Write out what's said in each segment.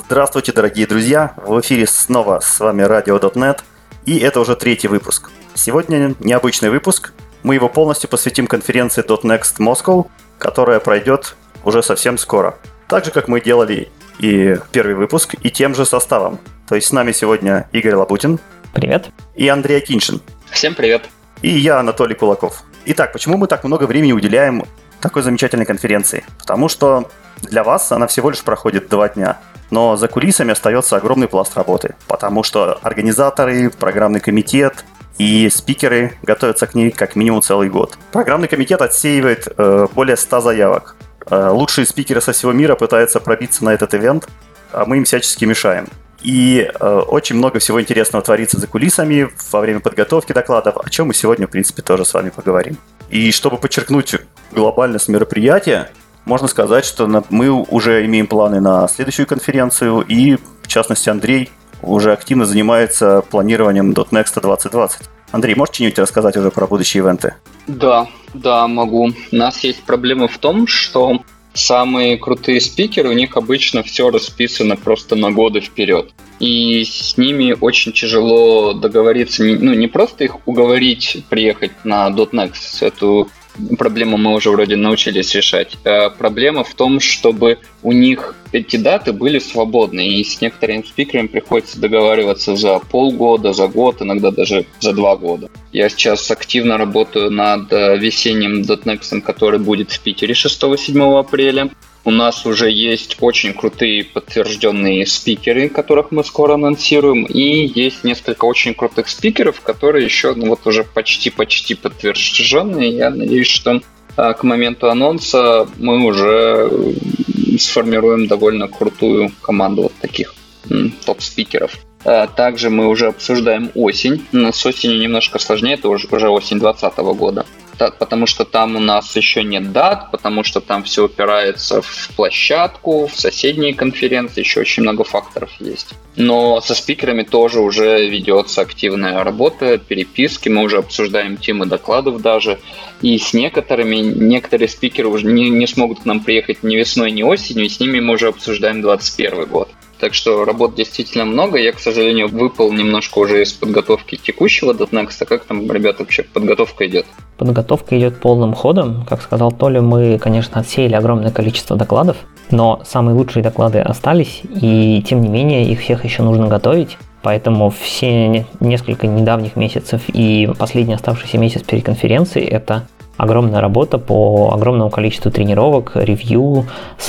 Здравствуйте, дорогие друзья! В эфире снова с вами Radio.net, и это уже 3-й выпуск. Сегодня необычный выпуск. Мы его полностью посвятим конференции .next Moscow, которая пройдет уже совсем скоро. Так же, как мы делали и первый выпуск, и тем же составом. То есть с нами сегодня Игорь Лабутин. Привет. И Андрей Акиньшин. Всем привет. И я, Анатолий Кулаков. Итак, почему мы так много времени уделяем такой замечательной конференции? Потому что для вас она всего лишь проходит 2 дня. Но за кулисами остается огромный пласт работы, потому что организаторы, программный комитет и спикеры готовятся к ней как минимум целый год. Программный комитет отсеивает более 100 заявок. Лучшие спикеры со всего мира пытаются пробиться на этот ивент, а мы им всячески мешаем. И очень много всего интересного творится за кулисами во время подготовки докладов, о чем мы сегодня, в принципе, тоже с вами поговорим. И чтобы подчеркнуть глобальность мероприятия, можно сказать, что мы уже имеем планы на следующую конференцию, и, в частности, Андрей уже активно занимается планированием .next 2020. Андрей, можешь что-нибудь рассказать уже про будущие ивенты? Да, могу. У нас есть проблема в том, что самые крутые спикеры, у них обычно все расписано просто на годы вперед. И с ними очень тяжело договориться, не просто их уговорить приехать на .next, эту проблему мы уже вроде научились решать. Проблема в том, чтобы у них эти даты были свободны, и с некоторыми спикерами приходится договариваться за полгода, за год, иногда даже за 2 года. Я сейчас активно работаю над весенним .next, который будет в Питере 6-7 апреля. У нас уже есть очень крутые подтвержденные спикеры, которых мы скоро анонсируем, и есть несколько очень крутых спикеров, которые еще уже почти подтвержденные. Я надеюсь, что к моменту анонса мы уже сформируем довольно крутую команду вот таких топ-спикеров. Также мы уже обсуждаем осень. С осенью немножко сложнее, это уже осень 2020 года. Потому что там у нас еще нет дат, потому что там все упирается в площадку, в соседние конференции, еще очень много факторов есть. Но со спикерами тоже уже ведется активная работа, переписки, мы уже обсуждаем темы докладов даже. И с некоторые спикеры уже не смогут к нам приехать ни весной, ни осенью, и с ними мы уже обсуждаем 2021 год. Так что работ действительно много. Я, к сожалению, выпал немножко уже из подготовки текущего .next. А как там, ребята, вообще подготовка идет? Подготовка идет полным ходом. Как сказал Толя, мы, конечно, отсеяли огромное количество докладов, но самые лучшие доклады остались, и тем не менее их всех еще нужно готовить. Поэтому все несколько недавних месяцев и последний оставшийся месяц перед конференцией – это огромная работа по огромному количеству тренировок, ревью,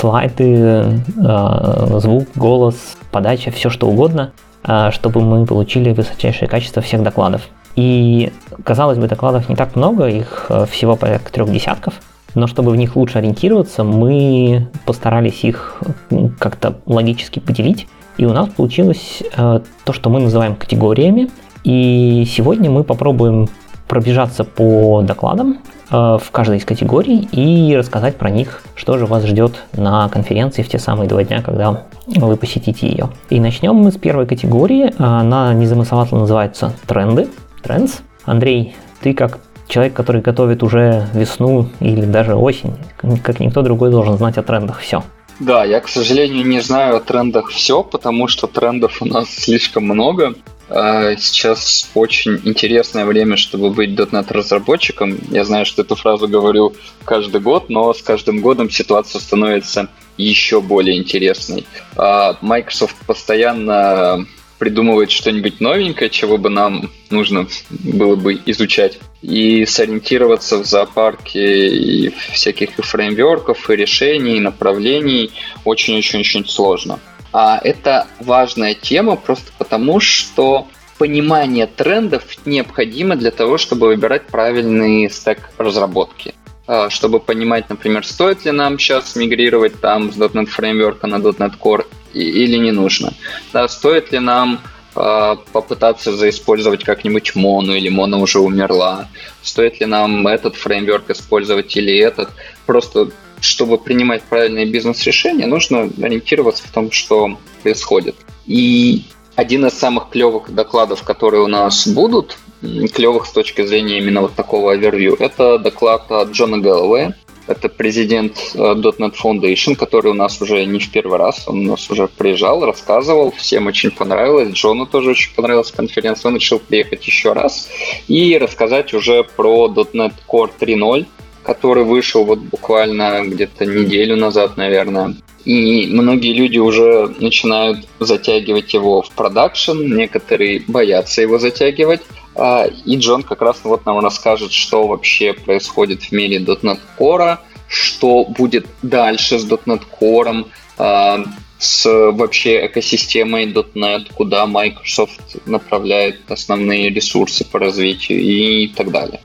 слайды, звук, голос, подача, все что угодно, чтобы мы получили высочайшее качество всех докладов. И, казалось бы, докладов не так много, их всего порядка 3 десятков, но чтобы в них лучше ориентироваться, мы постарались их как-то логически поделить, и у нас получилось то, что мы называем категориями, и сегодня мы попробуем пробежаться по докладам в каждой из категорий и рассказать про них, что же вас ждет на конференции в те самые 2 дня, когда вы посетите ее. И начнем мы с первой категории. Она незамысловато называется «Тренды». Trends. Андрей, ты как человек, который готовит уже весну или даже осень, как никто другой должен знать о трендах все. Да, я, к сожалению, не знаю о трендах все, потому что трендов у нас слишком много. Сейчас очень интересное время, чтобы быть .NET-разработчиком. Я знаю, что эту фразу говорю каждый год, но с каждым годом ситуация становится еще более интересной. Microsoft постоянно придумывает что-нибудь новенькое, чего бы нам нужно было бы изучать, и сориентироваться в зоопарке и всяких и фреймворков, и решений, и направлений очень-очень-очень сложно. А это важная тема просто потому, что понимание трендов необходимо для того, чтобы выбирать правильный стек разработки. Чтобы понимать, например, стоит ли нам сейчас мигрировать там с .NET Framework на .NET Core или не нужно. Да, стоит ли нам попытаться заиспользовать как-нибудь Мону, или Мона уже умерла. Стоит ли нам этот фреймворк использовать или этот. Просто чтобы принимать правильные бизнес-решения, нужно ориентироваться в том, что происходит. И один из самых клевых докладов, которые у нас будут, клевых с точки зрения именно вот такого овервью, это доклад от Джона Гэллоуэя. Это президент .NET Foundation, который у нас уже не в первый раз, он у нас уже приезжал, рассказывал, всем очень понравилось, Джону тоже очень понравилась конференция, он решил приехать еще раз и рассказать уже про .NET Core 3.0, который вышел вот буквально где-то неделю назад, наверное. И многие люди уже начинают затягивать его в продакшн, некоторые боятся его затягивать. И Джон как раз вот нам расскажет, что вообще происходит в мире .NET Core, что будет дальше с .NET Core, с вообще экосистемой .NET, куда Microsoft направляет основные ресурсы по развитию и так далее.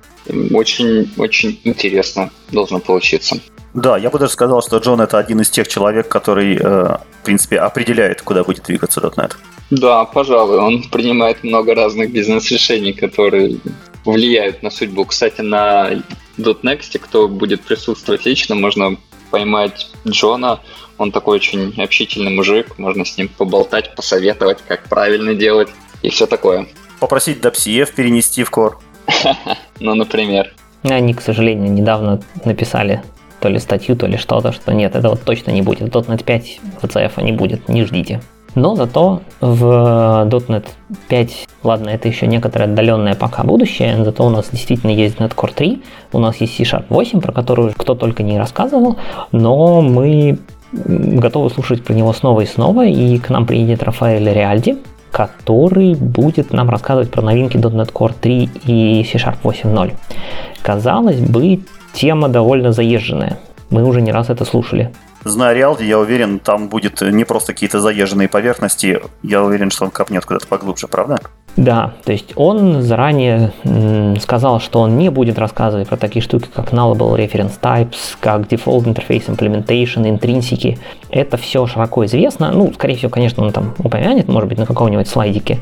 Очень интересно должно получиться. Да, я бы даже сказал, что Джон — это один из тех человек, который, в принципе, определяет, куда будет двигаться .NET. Да, пожалуй, он принимает много разных бизнес-решений, которые влияют на судьбу. Кстати, на .next, кто будет присутствовать лично, можно поймать Джона. Он такой очень общительный мужик, можно с ним поболтать, посоветовать, как правильно делать и все такое. Попросить DAppCF перенести в Core. Ну, например. Они, к сожалению, недавно написали то ли статью, то ли что-то, что нет, это вот точно не будет. .NET 5 VCF не будет, не ждите. Но зато в .NET 5, ладно, это еще некоторое отдаленное пока будущее, зато у нас действительно есть .NET Core 3, у нас есть C# 8, про которую кто только не рассказывал, но мы готовы слушать про него снова и снова, и к нам приедет Рафаэль Риальди, который будет нам рассказывать про новинки .NET Core 3 и C# 8.0. Казалось бы, тема довольно заезженная. Мы уже не раз это слушали. Зная Риалди, я уверен, там будет не просто какие-то заезженные поверхности. Я уверен, что он копнет куда-то поглубже, правда? Да, то есть он заранее сказал, что он не будет рассказывать про такие штуки, как Nullable Reference Types, как Default Interface Implementation, интринсики. Это все широко известно. Ну, скорее всего, конечно, он там упомянет, может быть, на каком-нибудь слайдике,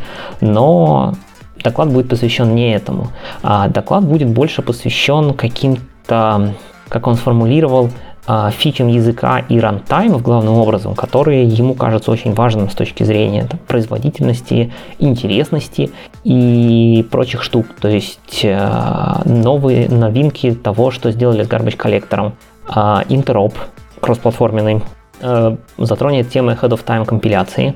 но доклад будет посвящен не этому. А доклад будет больше посвящен каким-то, как он сформулировал, фичам языка и рантаймов, главным образом, которые ему кажутся очень важным с точки зрения производительности, интересности и прочих штук. То есть новые новинки того, что сделали с Garbage Collector, интероп кроссплатформенный, затронет темы Ahead of Time компиляции.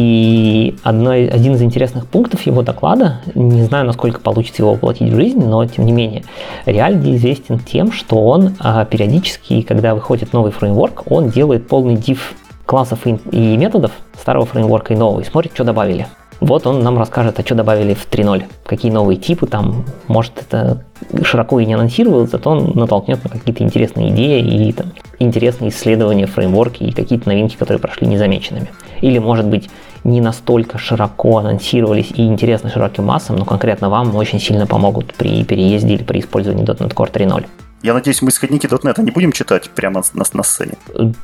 И один из интересных пунктов его доклада, не знаю, насколько получится его воплотить в жизнь, но тем не менее, Риальди известен тем, что он периодически, когда выходит новый фреймворк, он делает полный diff классов и методов старого фреймворка и нового, и смотрит, что добавили. Вот он нам расскажет, а что добавили в 3.0, какие новые типы там, может, это широко и не анонсировал, зато он натолкнет на какие-то интересные идеи и там, интересные исследования фреймворки и какие-то новинки, которые прошли незамеченными. Или, может быть, не настолько широко анонсировались и интересны широким массам, но конкретно вам очень сильно помогут при переезде или при использовании .NET Core 3.0. Я надеюсь, мы исходники .NET не будем читать прямо на сцене?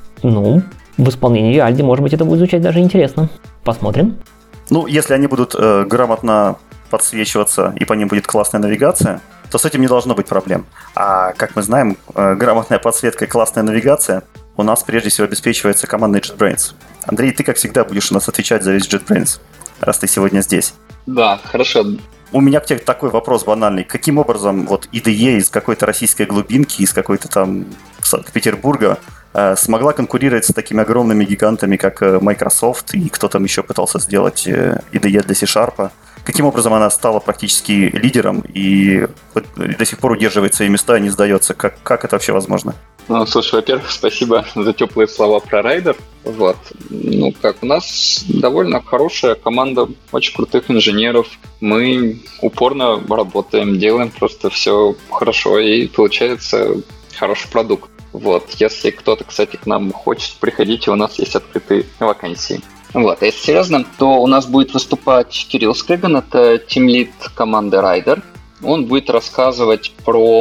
Ну, в исполнении Риальди, может быть, это будет звучать даже интересно. Посмотрим. Ну, если они будут грамотно подсвечиваться и по ним будет классная навигация, то с этим не должно быть проблем. А, как мы знаем, грамотная подсветка и классная навигация у нас прежде всего обеспечивается командой JetBrains. Андрей, ты, как всегда, будешь у нас отвечать за весь JetBrains, раз ты сегодня здесь. Да, хорошо. У меня к тебе такой вопрос банальный. Каким образом вот IDE из какой-то российской глубинки, из какой-то там Санкт-Петербурга смогла конкурировать с такими огромными гигантами, как Microsoft, и кто там еще пытался сделать IDE для C#? Каким образом она стала практически лидером и до сих пор удерживает свои места и не сдается? Как это вообще возможно? Ну, слушай, во-первых, спасибо за теплые слова про Райдер. Вот. Ну, как, у нас довольно хорошая команда очень крутых инженеров. Мы упорно работаем, делаем просто все хорошо, и получается хороший продукт. Вот. Если кто-то, кстати, к нам хочет, приходите, у нас есть открытые вакансии. Вот. А если серьезно, то у нас будет выступать Кирилл Скрыган, это тимлид команды Райдер. Он будет рассказывать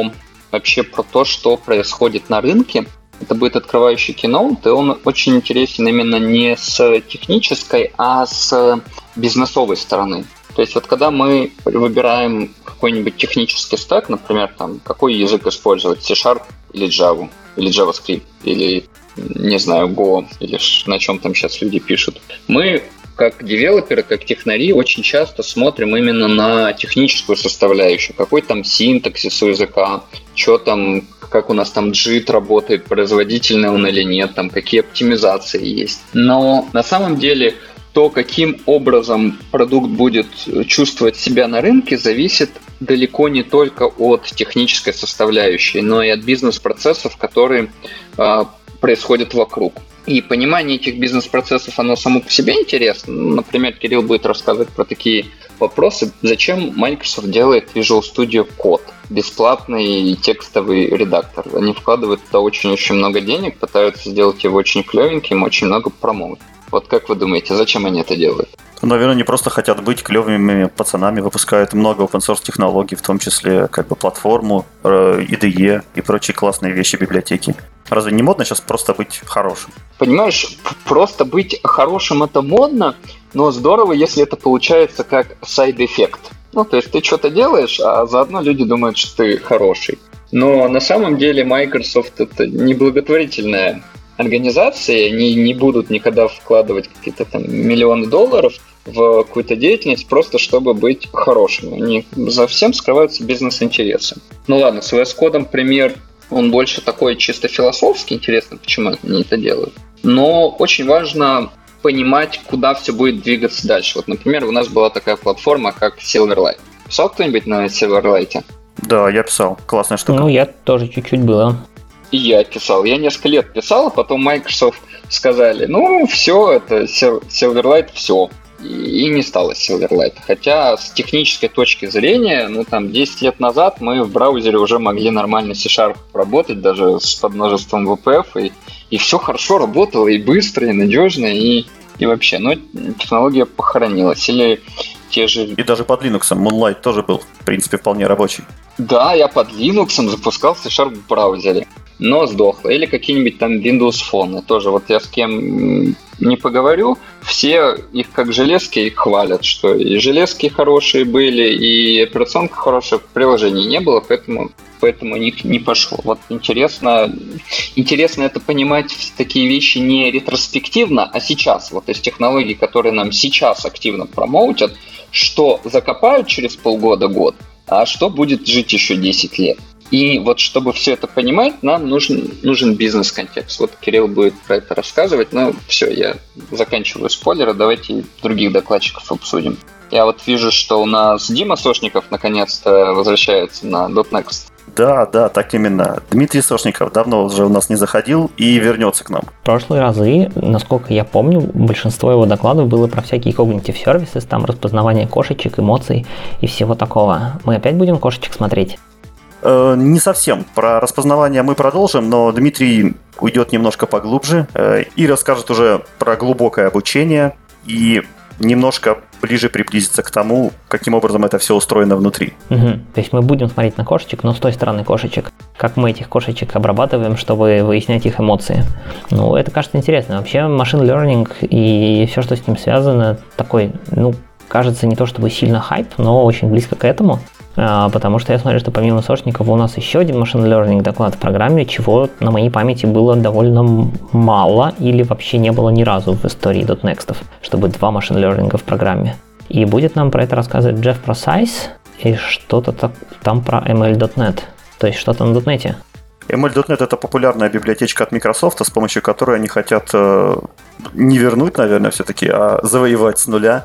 вообще про то, что происходит на рынке. Это будет открывающий keynote, и он очень интересен именно не с технической, а с бизнесовой стороны. То есть вот когда мы выбираем какой-нибудь технический стек, например, там, какой язык использовать, C# или Java, или JavaScript, или, не знаю, Go, или на чем там сейчас люди пишут, мы как девелоперы, как технари очень часто смотрим именно на техническую составляющую, какой там синтаксис у языка, что там, как у нас там JIT работает, производительный он или нет, там какие оптимизации есть. Но на самом деле то, каким образом продукт будет чувствовать себя на рынке, зависит далеко не только от технической составляющей, но и от бизнес-процессов, которые происходят вокруг. И понимание этих бизнес-процессов, оно само по себе интересно. Например, Кирилл будет рассказывать про такие вопросы. Зачем Microsoft делает Visual Studio Code? Бесплатный текстовый редактор. Они вкладывают туда очень-очень много денег, пытаются сделать его очень клевеньким, очень много промоут. Вот как вы думаете, зачем они это делают? Наверное, они просто хотят быть клевыми пацанами, выпускают много open-source технологий, в том числе как бы платформу, IDE и прочие классные вещи библиотеки. Разве не модно сейчас просто быть хорошим? Понимаешь, просто быть хорошим это модно, но здорово, если это получается как сайд-эффект. Ну, то есть ты что-то делаешь, а заодно люди думают, что ты хороший. Но на самом деле Microsoft это не благотворительная организации, они не будут никогда вкладывать какие-то там миллионы долларов в какую-то деятельность, просто чтобы быть хорошими. Они за всем скрываются бизнес-интересы. Ну ладно, с VS Code пример, он больше такой чисто философский, интересно, почему они это делают. Но очень важно понимать, куда все будет двигаться дальше. Вот, например, у нас была такая платформа, как Silverlight. Писал кто-нибудь на Silverlight? Да, я писал. Классная штука. Ну, я тоже чуть-чуть было. И я писал. Я несколько лет писал, а потом Microsoft сказали, ну, все, это Silverlight, все. И не стало Silverlight. Хотя с технической точки зрения, ну, там, 10 лет назад мы в браузере уже могли нормально C# работать, даже с подмножеством VPF, и все хорошо работало, и быстро, и надежно, и вообще. Но технология похоронилась. Или те же... И даже под Linux Moonlight тоже был, в принципе, вполне рабочий. Да, я под Linux запускал C# в браузере, но сдохло. Или какие-нибудь там Windows Phone. Тоже вот я с кем не поговорю, все их как железки их хвалят, что и железки хорошие были, и операционка хорошая, приложений не было, поэтому у них не пошло. Вот интересно это понимать такие вещи не ретроспективно, а сейчас. Вот из технологий, которые нам сейчас активно промоутят, что закопают через полгода-год, а что будет жить еще 10 лет. И вот чтобы все это понимать, нам нужен бизнес-контекст. Вот Кирилл будет про это рассказывать, но все, я заканчиваю спойлеры, давайте других докладчиков обсудим. Я вот вижу, что у нас Дима Сошников наконец-то возвращается на .next. Да, так именно. Дмитрий Сошников давно уже у нас не заходил и вернется к нам. В прошлые разы, насколько я помню, большинство его докладов было про всякие cognitive services, там распознавание кошечек, эмоций и всего такого. Мы опять будем кошечек смотреть? Не совсем. Про распознавание мы продолжим, но Дмитрий уйдет немножко поглубже и расскажет уже про глубокое обучение и немножко ближе приблизиться к тому, каким образом это все устроено внутри. Угу. То есть мы будем смотреть на кошечек, но с той стороны кошечек. Как мы этих кошечек обрабатываем, чтобы выяснять их эмоции. Ну, это кажется интересно. Вообще, machine learning и все, что с ним связано, такой, кажется, не то чтобы сильно хайп, но очень близко к этому. Потому что я смотрю, что помимо Сошникова у нас еще один machine learning доклад в программе, чего на моей памяти было довольно мало или вообще не было ни разу в истории .next, чтобы 2 machine learning в программе. И будет нам про это рассказывать Джефф Просайс и что-то там про ML.NET, то есть что-то на .NET. ML.NET — это популярная библиотечка от Microsoft, с помощью которой они хотят не вернуть, наверное, все-таки, а завоевать с нуля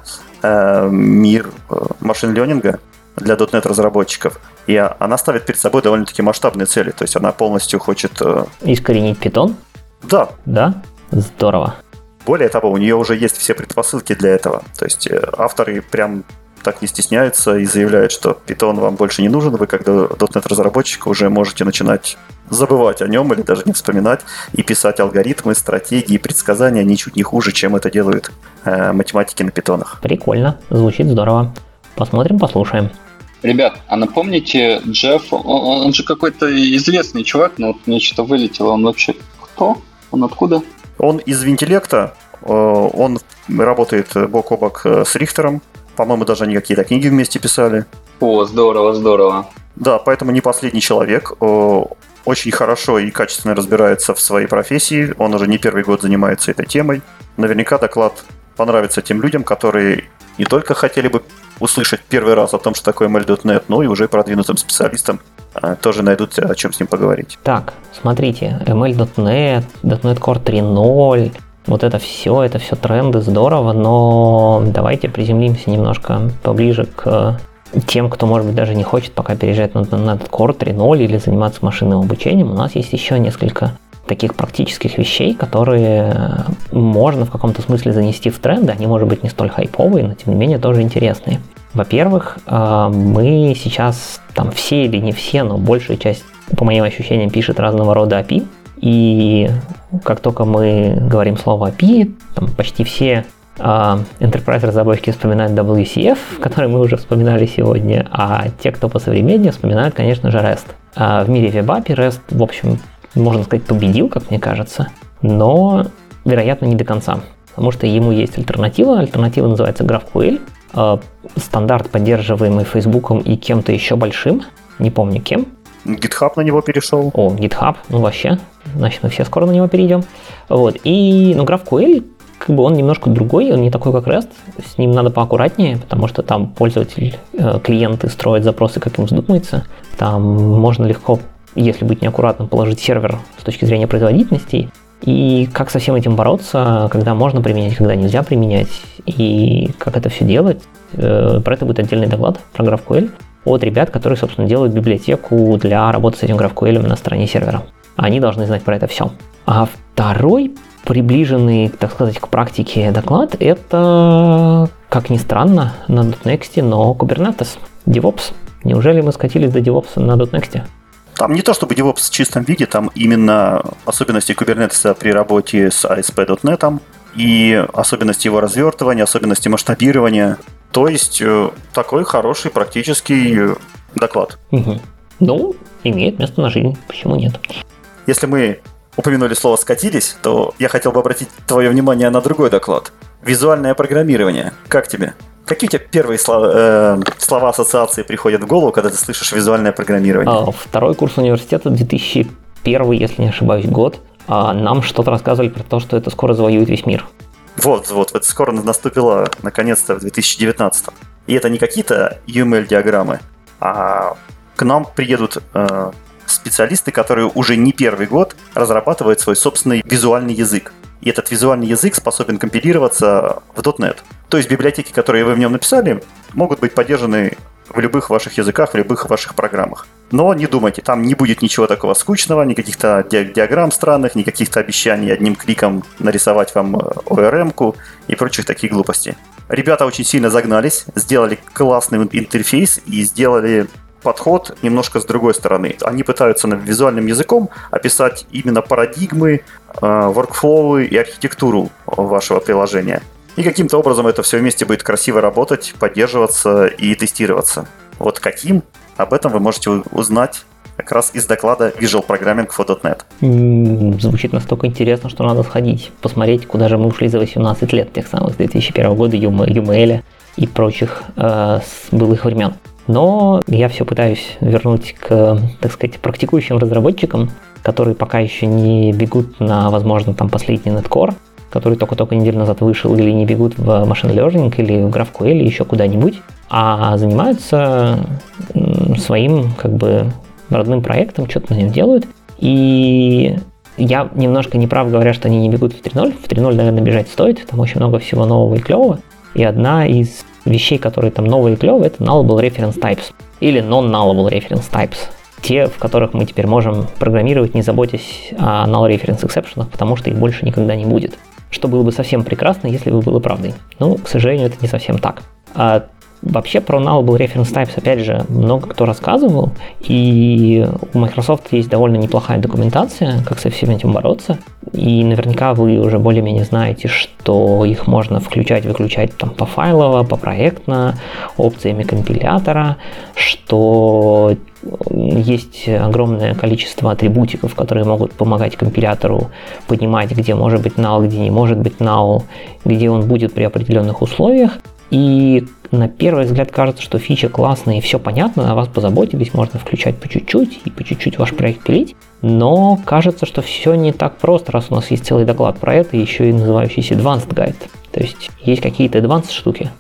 мир машин-ленинга для .NET разработчиков. И она ставит перед собой довольно-таки масштабные цели. То есть она полностью хочет... Искоренить Python? Да. Да? Здорово. Более того, у нее уже есть все предпосылки для этого. То есть авторы прям так не стесняются и заявляют, что Python вам больше не нужен. Вы, как .NET разработчик, уже можете начинать забывать о нем или даже не вспоминать и писать алгоритмы, стратегии, предсказания ничуть не хуже, чем это делают математики на питонах. Прикольно. Звучит здорово. Посмотрим, послушаем. Ребят, а напомните, Джефф, он же какой-то известный чувак, но вот мне что-то вылетело. Он вообще кто? Он откуда? Он из Винтелекта. Он работает бок о бок с Рихтером. По-моему, даже они какие-то книги вместе писали. О, здорово. Да, поэтому не последний человек. Очень хорошо и качественно разбирается в своей профессии. Он уже не первый год занимается этой темой. Наверняка доклад понравится тем людям, которые не только хотели бы услышать первый раз о том, что такое ML.NET, но и уже продвинутым специалистам тоже найдут о чем с ним поговорить. Так, смотрите, ML.NET, .NET Core 3.0, вот это все тренды, здорово, но давайте приземлимся немножко поближе к тем, кто, может быть, даже не хочет пока переезжать на .NET Core 3.0 или заниматься машинным обучением. У нас есть еще несколько таких практических вещей, которые можно в каком-то смысле занести в тренды. Они, может быть, не столь хайповые, но, тем не менее, тоже интересные. Во-первых, мы сейчас, там все или не все, но большая часть, по моим ощущениям, пишет разного рода API. И как только мы говорим слово API, там почти все enterprise-разработчики вспоминают WCF, который мы уже вспоминали сегодня, а те, кто посовременнее, вспоминают, конечно же, REST. В мире WebAPI REST, в общем, можно сказать, победил, как мне кажется, но, вероятно, не до конца, потому что ему есть альтернатива. Альтернатива называется GraphQL, стандарт, поддерживаемый Фейсбуком и кем-то еще большим, не помню кем. GitHub на него перешел. О, GitHub, ну вообще, значит, мы все скоро на него перейдем. Вот, и, GraphQL, как бы он немножко другой, он не такой, как REST, с ним надо поаккуратнее, потому что там пользователь, клиенты строят запросы, как им вздумается, там можно легко, если быть неаккуратным, положить сервер с точки зрения производительности, и как со всем этим бороться, когда можно применять, когда нельзя применять, и как это все делать. Про это будет отдельный доклад про GraphQL от ребят, которые, собственно, делают библиотеку для работы с этим GraphQL на стороне сервера. Они должны знать про это все. А второй, приближенный, так сказать, к практике доклад, это, как ни странно, на .next, но Kubernetes, DevOps. Неужели мы скатились до DevOps на .next? Там не то чтобы DevOps в чистом виде, там именно особенности Kubernetes при работе с ASP.NET и особенности его развертывания, особенности масштабирования. То есть такой хороший практический доклад. Угу. Ну, имеет место на жизнь, почему нет? Если мы упомянули слово «скатились», то я хотел бы обратить твое внимание на другой доклад. Визуальное программирование. Как тебе? Какие у тебя первые слова ассоциации приходят в голову, когда ты слышишь визуальное программирование? Второй курс университета, 2001, если не ошибаюсь, год. Нам что-то рассказывали про то, что это скоро завоюет весь мир. Вот, это скоро наступило, наконец-то, в 2019. И это не какие-то UML-диаграммы, а к нам приедут специалисты, которые уже не первый год разрабатывают свой собственный визуальный язык. И этот визуальный язык способен компилироваться в .NET. То есть библиотеки, которые вы в нем написали, могут быть поддержаны в любых ваших языках, в любых ваших программах. Но не думайте, там не будет ничего такого скучного, ни каких-то диаграмм странных, ни каких-то обещаний одним кликом нарисовать вам ORM-ку и прочих таких глупостей. Ребята очень сильно загнались, сделали классный интерфейс и сделали подход немножко с другой стороны. Они пытаются визуальным языком описать именно парадигмы, воркфлоу и архитектуру вашего приложения. И каким-то образом это все вместе будет красиво работать, поддерживаться и тестироваться. Вот каким? Об этом вы можете узнать как раз из доклада Visual Programming for .NET. Звучит настолько интересно, что надо сходить, посмотреть, куда же мы ушли за 18 лет, тех самых 2001 года, UML и прочих былых времен. Но я все пытаюсь вернуть к, так сказать, практикующим разработчикам, которые пока еще не бегут на, возможно, там последний NetCore, который только-только неделю назад вышел, или не бегут в Machine Learning, или в GraphQL, или еще куда-нибудь, а занимаются своим, как бы, родным проектом, что-то на нем делают. И я немножко не прав, говоря, что они не бегут в 3.0. В 3.0, наверное, бежать стоит, там очень много всего нового и клевого. И одна из вещей, которые там новые и клевые, это nullable reference types или non-nullable reference types. Те, в которых мы теперь можем программировать, не заботясь о null reference exception, потому что их больше никогда не будет. Что было бы совсем прекрасно, если бы было правдой. Но, к сожалению, это не совсем так. Вообще про nullable reference types, опять же, много кто рассказывал, и у Microsoft есть довольно неплохая документация, как со всем этим бороться, и наверняка вы уже более-менее знаете, что их можно включать-выключать там пофайлово, попроектно, опциями компилятора, что есть огромное количество атрибутиков, которые могут помогать компилятору понимать, где может быть null, где не может быть null, где он будет при определенных условиях. И на первый взгляд кажется, что фича классная и все понятно, о вас позаботились, можно включать по чуть-чуть и по чуть-чуть ваш проект пилить. Но кажется, что все не так просто, раз у нас есть целый доклад про это, еще и называющийся Advanced Guide. То есть какие-то advanced штуки.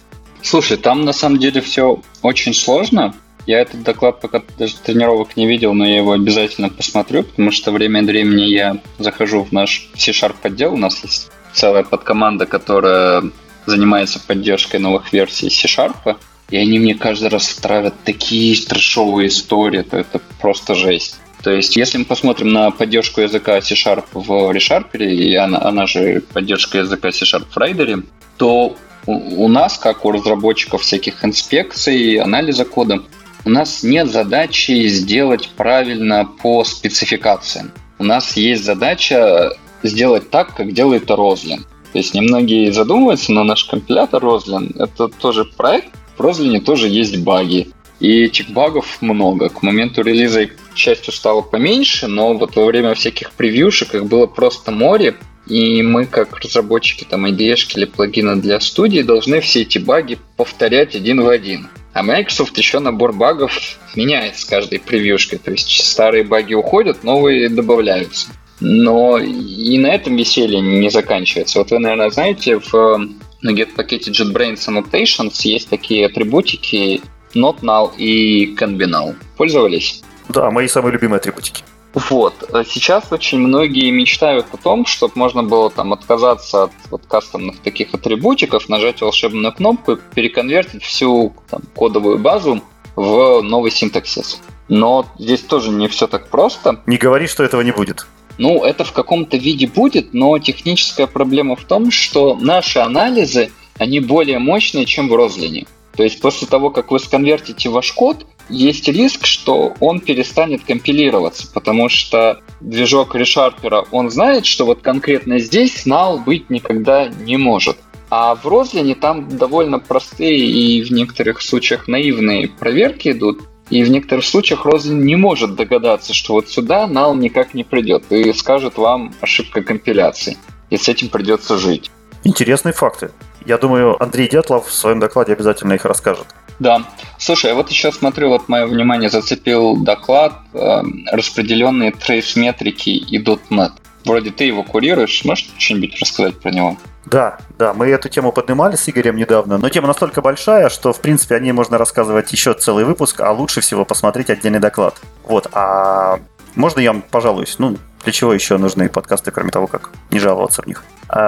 Слушай, там на самом деле все очень сложно. Я этот доклад пока даже тренировок не видел, но я его обязательно посмотрю, потому что время от времени я захожу в наш C# отдел. У нас есть целая подкоманда, которая занимается поддержкой новых версий C#, и они мне каждый раз травят такие трэшовые истории, то это просто жесть. То есть, если мы посмотрим на поддержку языка C# в ReSharper, и она же поддержка языка C# в Rider, то у нас, как у разработчиков всяких инспекций, анализа кода, у нас нет задачи сделать правильно по спецификациям. У нас есть задача сделать так, как делает Roslyn. То есть немногие задумываются, но наш компилятор Roslyn — это тоже проект. В Roslyn тоже есть баги. И этих багов много. К моменту релиза их, к счастью, стало поменьше, но вот во время всяких превьюшек их было просто море. И мы, как разработчики там IDE-шки или плагина для студии, должны все эти баги повторять один в один. А Microsoft еще набор багов меняет с каждой превьюшкой. То есть старые баги уходят, новые добавляются. Но и на этом веселье не заканчивается. Вот вы, наверное, знаете, в Get-пакете JetBrains Annotations есть такие атрибутики Not Null и Can Be Null. Пользовались? Да, мои самые любимые атрибутики. Вот. Сейчас очень многие мечтают о том, чтобы можно было там отказаться от кастомных таких атрибутиков, нажать волшебную кнопку и переконвертить всю там кодовую базу в новый синтаксис. Но здесь тоже не все так просто. Не говори, что этого не будет. Ну, это в каком-то виде будет, но техническая проблема в том, что наши анализы, они более мощные, чем в Roslyn. То есть после того, как вы сконвертите ваш код, есть риск, что он перестанет компилироваться, потому что движок ReSharper, он знает, что вот конкретно здесь null быть никогда не может. А в Roslyn там довольно простые и в некоторых случаях наивные проверки идут, и в некоторых случаях Roslyn не может догадаться, что вот сюда null никак не придет, и скажет вам ошибка компиляции, и с этим придется жить. Интересные факты. Я думаю, Андрей Дятлов в своем докладе обязательно их расскажет. Да. Слушай, я вот еще смотрю, вот мое внимание зацепил доклад распределенные трейс-метрики и .NET. Вроде ты его курируешь, можешь что-нибудь рассказать про него? Да, мы эту тему поднимали с Игорем недавно, но тема настолько большая, что, в принципе, о ней можно рассказывать еще целый выпуск, а лучше всего посмотреть отдельный доклад. Вот, а можно я вам пожалуюсь? Ну, для чего еще нужны подкасты, кроме того, как не жаловаться в них?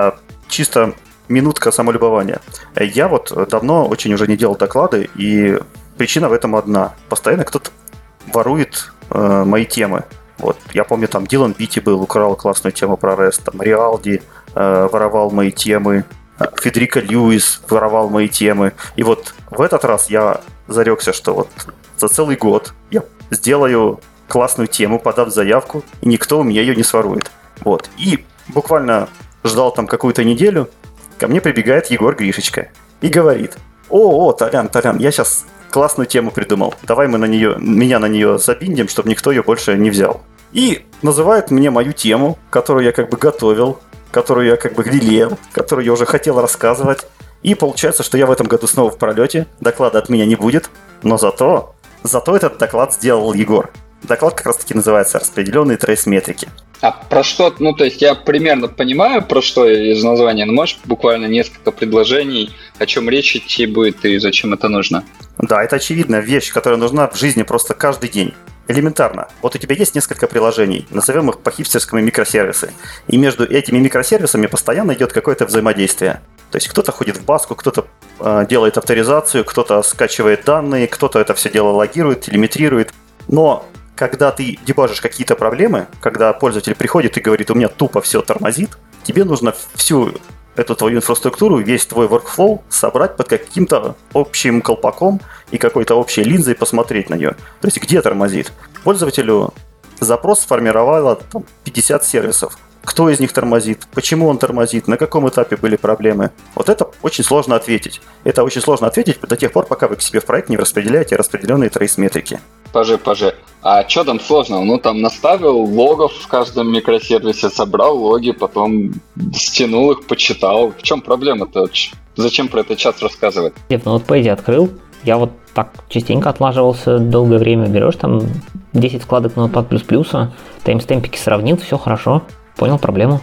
Чисто минутка самолюбования. Я вот давно очень уже не делал доклады, и причина в этом одна. Постоянно кто-то ворует мои темы. Вот, я помню, там Дилан Битти был, украл классную тему про REST, там Риалди воровал мои темы, Федерико Льюис воровал мои темы. И вот в этот раз я зарекся, что вот за целый год я сделаю классную тему, подав заявку, и никто у меня ее не сворует. Вот. И буквально ждал там какую-то неделю, ко мне прибегает Егор Гришечка и говорит: Толян, я сейчас классную тему придумал, давай мы меня на нее забиндим, чтобы никто ее больше не взял. И называет мне мою тему, которую я как бы готовил, которую я как бы лелеял, которую я уже хотел рассказывать. И получается, что я в этом году снова в пролете, доклада от меня не будет, но зато этот доклад сделал Егор. Доклад как раз таки называется «Распределенные трейс-метрики». А про что, ну то есть я примерно понимаю, про что из названия, но можешь буквально несколько предложений, о чем речь идти будет и зачем это нужно? Да, это очевидная вещь, которая нужна в жизни просто каждый день. Элементарно. Вот у тебя есть несколько приложений, назовем их по-хипстерскому микросервисы. И между этими микросервисами постоянно идет какое-то взаимодействие. То есть кто-то ходит в баску, кто-то делает авторизацию, кто-то скачивает данные, кто-то это все дело логирует, телеметрирует. Но когда ты дебажишь какие-то проблемы, когда пользователь приходит и говорит: у меня тупо все тормозит, тебе нужно всю эту твою инфраструктуру, весь твой workflow собрать под каким-то общим колпаком и какой-то общей линзой посмотреть на нее. То есть где тормозит? Пользователю запрос сформировало 50 сервисов. Кто из них тормозит? Почему он тормозит? На каком этапе были проблемы? Вот это очень сложно ответить. Это очень сложно ответить до тех пор, пока вы к себе в проект не распределяете распределенные трейс-метрики. Поже. А что там сложного? Ну, там наставил логов в каждом микросервисе, собрал логи, потом стянул их, почитал. В чем проблема-то? Зачем про это час рассказывать? Ну вот Pazy открыл. Я вот так частенько отлаживался долгое время. Берешь там 10 вкладок Notepad++, таймстемпики сравнил, все хорошо. Понял проблему.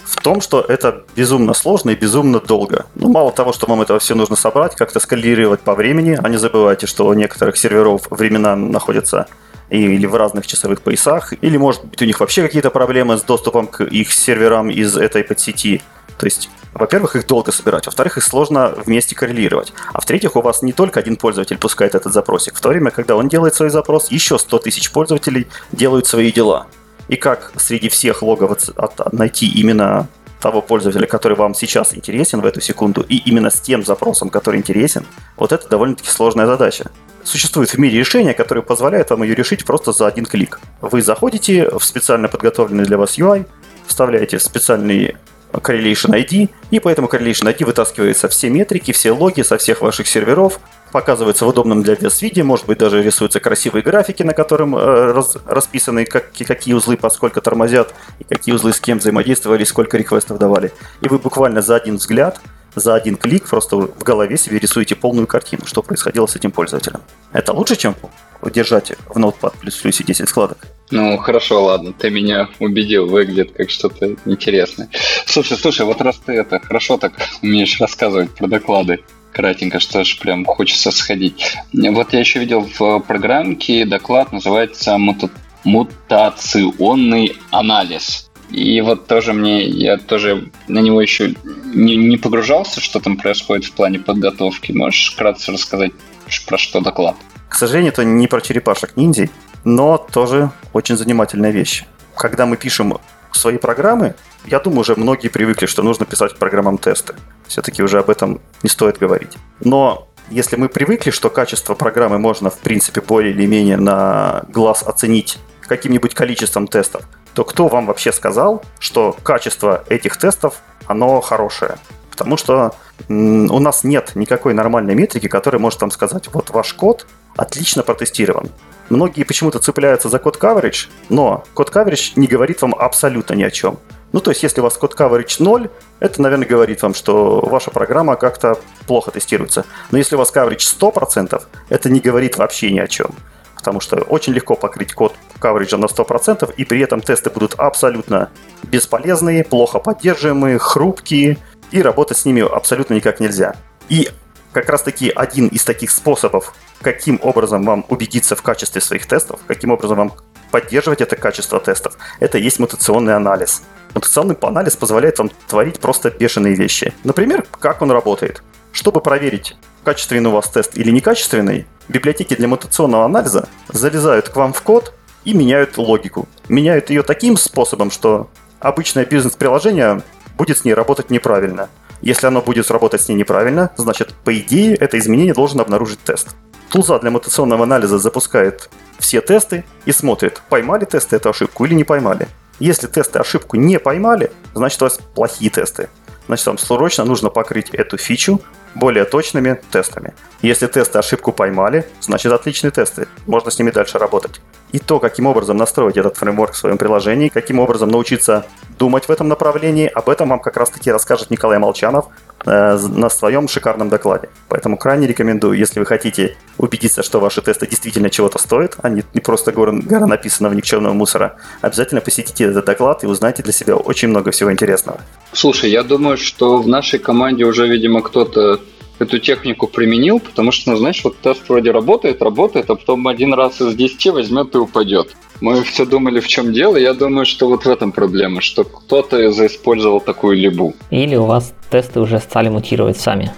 в том, что это безумно сложно и безумно долго. Ну, мало того, что вам этого все нужно собрать, как-то скалировать по времени, а не забывайте, что у некоторых серверов времена находятся или в разных часовых поясах, или, может быть, у них вообще какие-то проблемы с доступом к их серверам из этой подсети. То есть, во-первых, их долго собирать, во-вторых, их сложно вместе коррелировать. А в-третьих, у вас не только один пользователь пускает этот запросик, в то время, когда он делает свой запрос, еще 100 тысяч пользователей делают свои дела. И как среди всех логов найти именно того пользователя, который вам сейчас интересен в эту секунду, и именно с тем запросом, который интересен, вот это довольно-таки сложная задача. Существует в мире решение, которое позволяет вам ее решить просто за один клик. Вы заходите в специально подготовленный для вас UI, вставляете специальный Correlation ID, и по этому Correlation ID вытаскиваются все метрики, все логи со всех ваших серверов, показывается в удобном для вас виде, может быть, даже рисуются красивые графики, на котором расписаны, какие узлы поскольку тормозят, и какие узлы с кем взаимодействовали, сколько реквестов давали. И вы буквально за один взгляд, за один клик просто в голове себе рисуете полную картину, что происходило с этим пользователем. Это лучше, чем держать в Notepad++ 10 вкладок? Ну, хорошо, ладно, ты меня убедил, выглядит как что-то интересное. Слушай, вот раз ты это хорошо так умеешь рассказывать про доклады, кратенько, что ж прям хочется сходить. Вот я еще видел в программке доклад, называется «Мутационный анализ». И вот тоже я тоже на него еще не погружался, что там происходит в плане подготовки. Можешь вкратце рассказать, про что доклад? К сожалению, это не про черепашек-ниндзей, но тоже очень занимательная вещь. Когда мы пишем свои программы, я думаю, уже многие привыкли, что нужно писать программам тесты. Все-таки уже об этом не стоит говорить. Но если мы привыкли, что качество программы можно, в принципе, более или менее на глаз оценить каким-нибудь количеством тестов, то кто вам вообще сказал, что качество этих тестов, оно хорошее? Потому что у нас нет никакой нормальной метрики, которая может вам сказать, вот ваш код отлично протестирован. Многие почему-то цепляются за код coverage, но код coverage не говорит вам абсолютно ни о чем. Ну, то есть, если у вас код coverage 0, это, наверное, говорит вам, что ваша программа как-то плохо тестируется. Но если у вас coverage 100%, это не говорит вообще ни о чем. Потому что очень легко покрыть код coverage на 100%, и при этом тесты будут абсолютно бесполезные, плохо поддерживаемые, хрупкие, и работать с ними абсолютно никак нельзя. И как раз-таки один из таких способов, каким образом вам убедиться в качестве своих тестов, каким образом вам поддерживать это качество тестов, это есть мутационный анализ. Мутационный анализ позволяет вам творить просто бешеные вещи. Например, как он работает. Чтобы проверить, качественный у вас тест или некачественный, библиотеки для мутационного анализа залезают к вам в код и меняют логику. Меняют ее таким способом, что обычное бизнес-приложение будет с ней работать неправильно. Если оно будет работать с ней неправильно, значит, по идее, это изменение должен обнаружить тест. Тулза для мутационного анализа запускает все тесты и смотрит, поймали тесты эту ошибку или не поймали. Если тесты ошибку не поймали, значит, у вас плохие тесты. Значит, вам срочно нужно покрыть эту фичу более точными тестами. Если тесты ошибку поймали, значит, отличные тесты. Можно с ними дальше работать. И то, каким образом настроить этот фреймворк в своем приложении, каким образом научиться думать в этом направлении, об этом вам как раз-таки расскажет Николай Молчанов на своем шикарном докладе. Поэтому крайне рекомендую, если вы хотите убедиться, что ваши тесты действительно чего-то стоят, а не просто гора написанного никчемного мусора, обязательно посетите этот доклад и узнайте для себя очень много всего интересного. Слушай, я думаю, что в нашей команде уже, видимо, кто-то эту технику применил, потому что, ну, знаешь, вот тест вроде работает, а потом один раз из 10 возьмет и упадет. Мы все думали, в чем дело, я думаю, что вот в этом проблема, что кто-то заиспользовал такую либу. Или у вас тесты уже стали мутировать сами.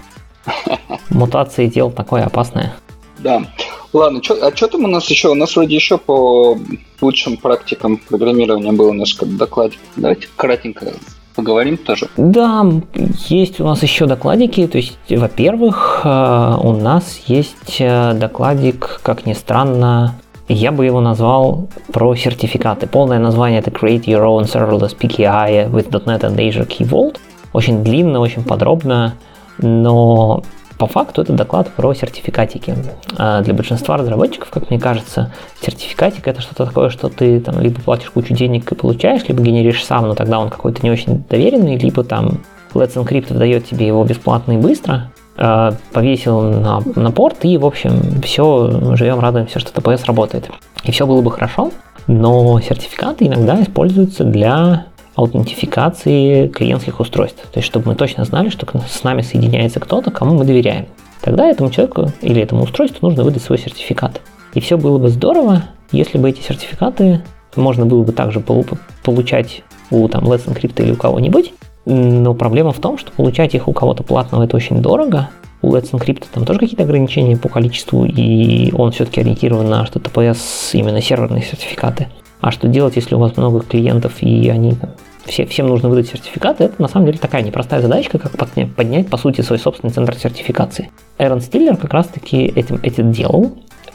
Мутации дело такое опасное. Да. Ладно, что там у нас еще? У нас вроде еще по лучшим практикам программирования было несколько докладов. Давайте кратенько поговорим тоже. Да, есть у нас еще докладики. То есть, во-первых, у нас есть докладик, как ни странно, я бы его назвал про сертификаты. Полное название это Create Your Own Serverless PKI with .NET and Azure Key Vault. Очень длинно, очень подробно, но по факту это доклад про сертификатики. Для большинства разработчиков, как мне кажется, сертификатик это что-то такое, что ты там либо платишь кучу денег и получаешь, либо генеришь сам, но тогда он какой-то не очень доверенный, либо там Let's Encrypt дает тебе его бесплатно и быстро, повесил на порт, и, в общем, все, живем, радуемся, что TPS работает. И все было бы хорошо, но сертификаты иногда используются для аутентификации клиентских устройств. То есть, чтобы мы точно знали, что с нами соединяется кто-то, кому мы доверяем. Тогда этому человеку или этому устройству нужно выдать свой сертификат. И все было бы здорово, если бы эти сертификаты можно было бы также получать у Let's Encrypt или у кого-нибудь. Но проблема в том, что получать их у кого-то платного это очень дорого. У Let's Encrypt там тоже какие-то ограничения по количеству, и он все-таки ориентирован на что TPS, именно серверные сертификаты. А что делать, если у вас много клиентов, и они всем нужно выдать сертификаты, это на самом деле такая непростая задачка, как поднять, по сути, свой собственный центр сертификации. Эрон Стиллер как раз-таки этим делал,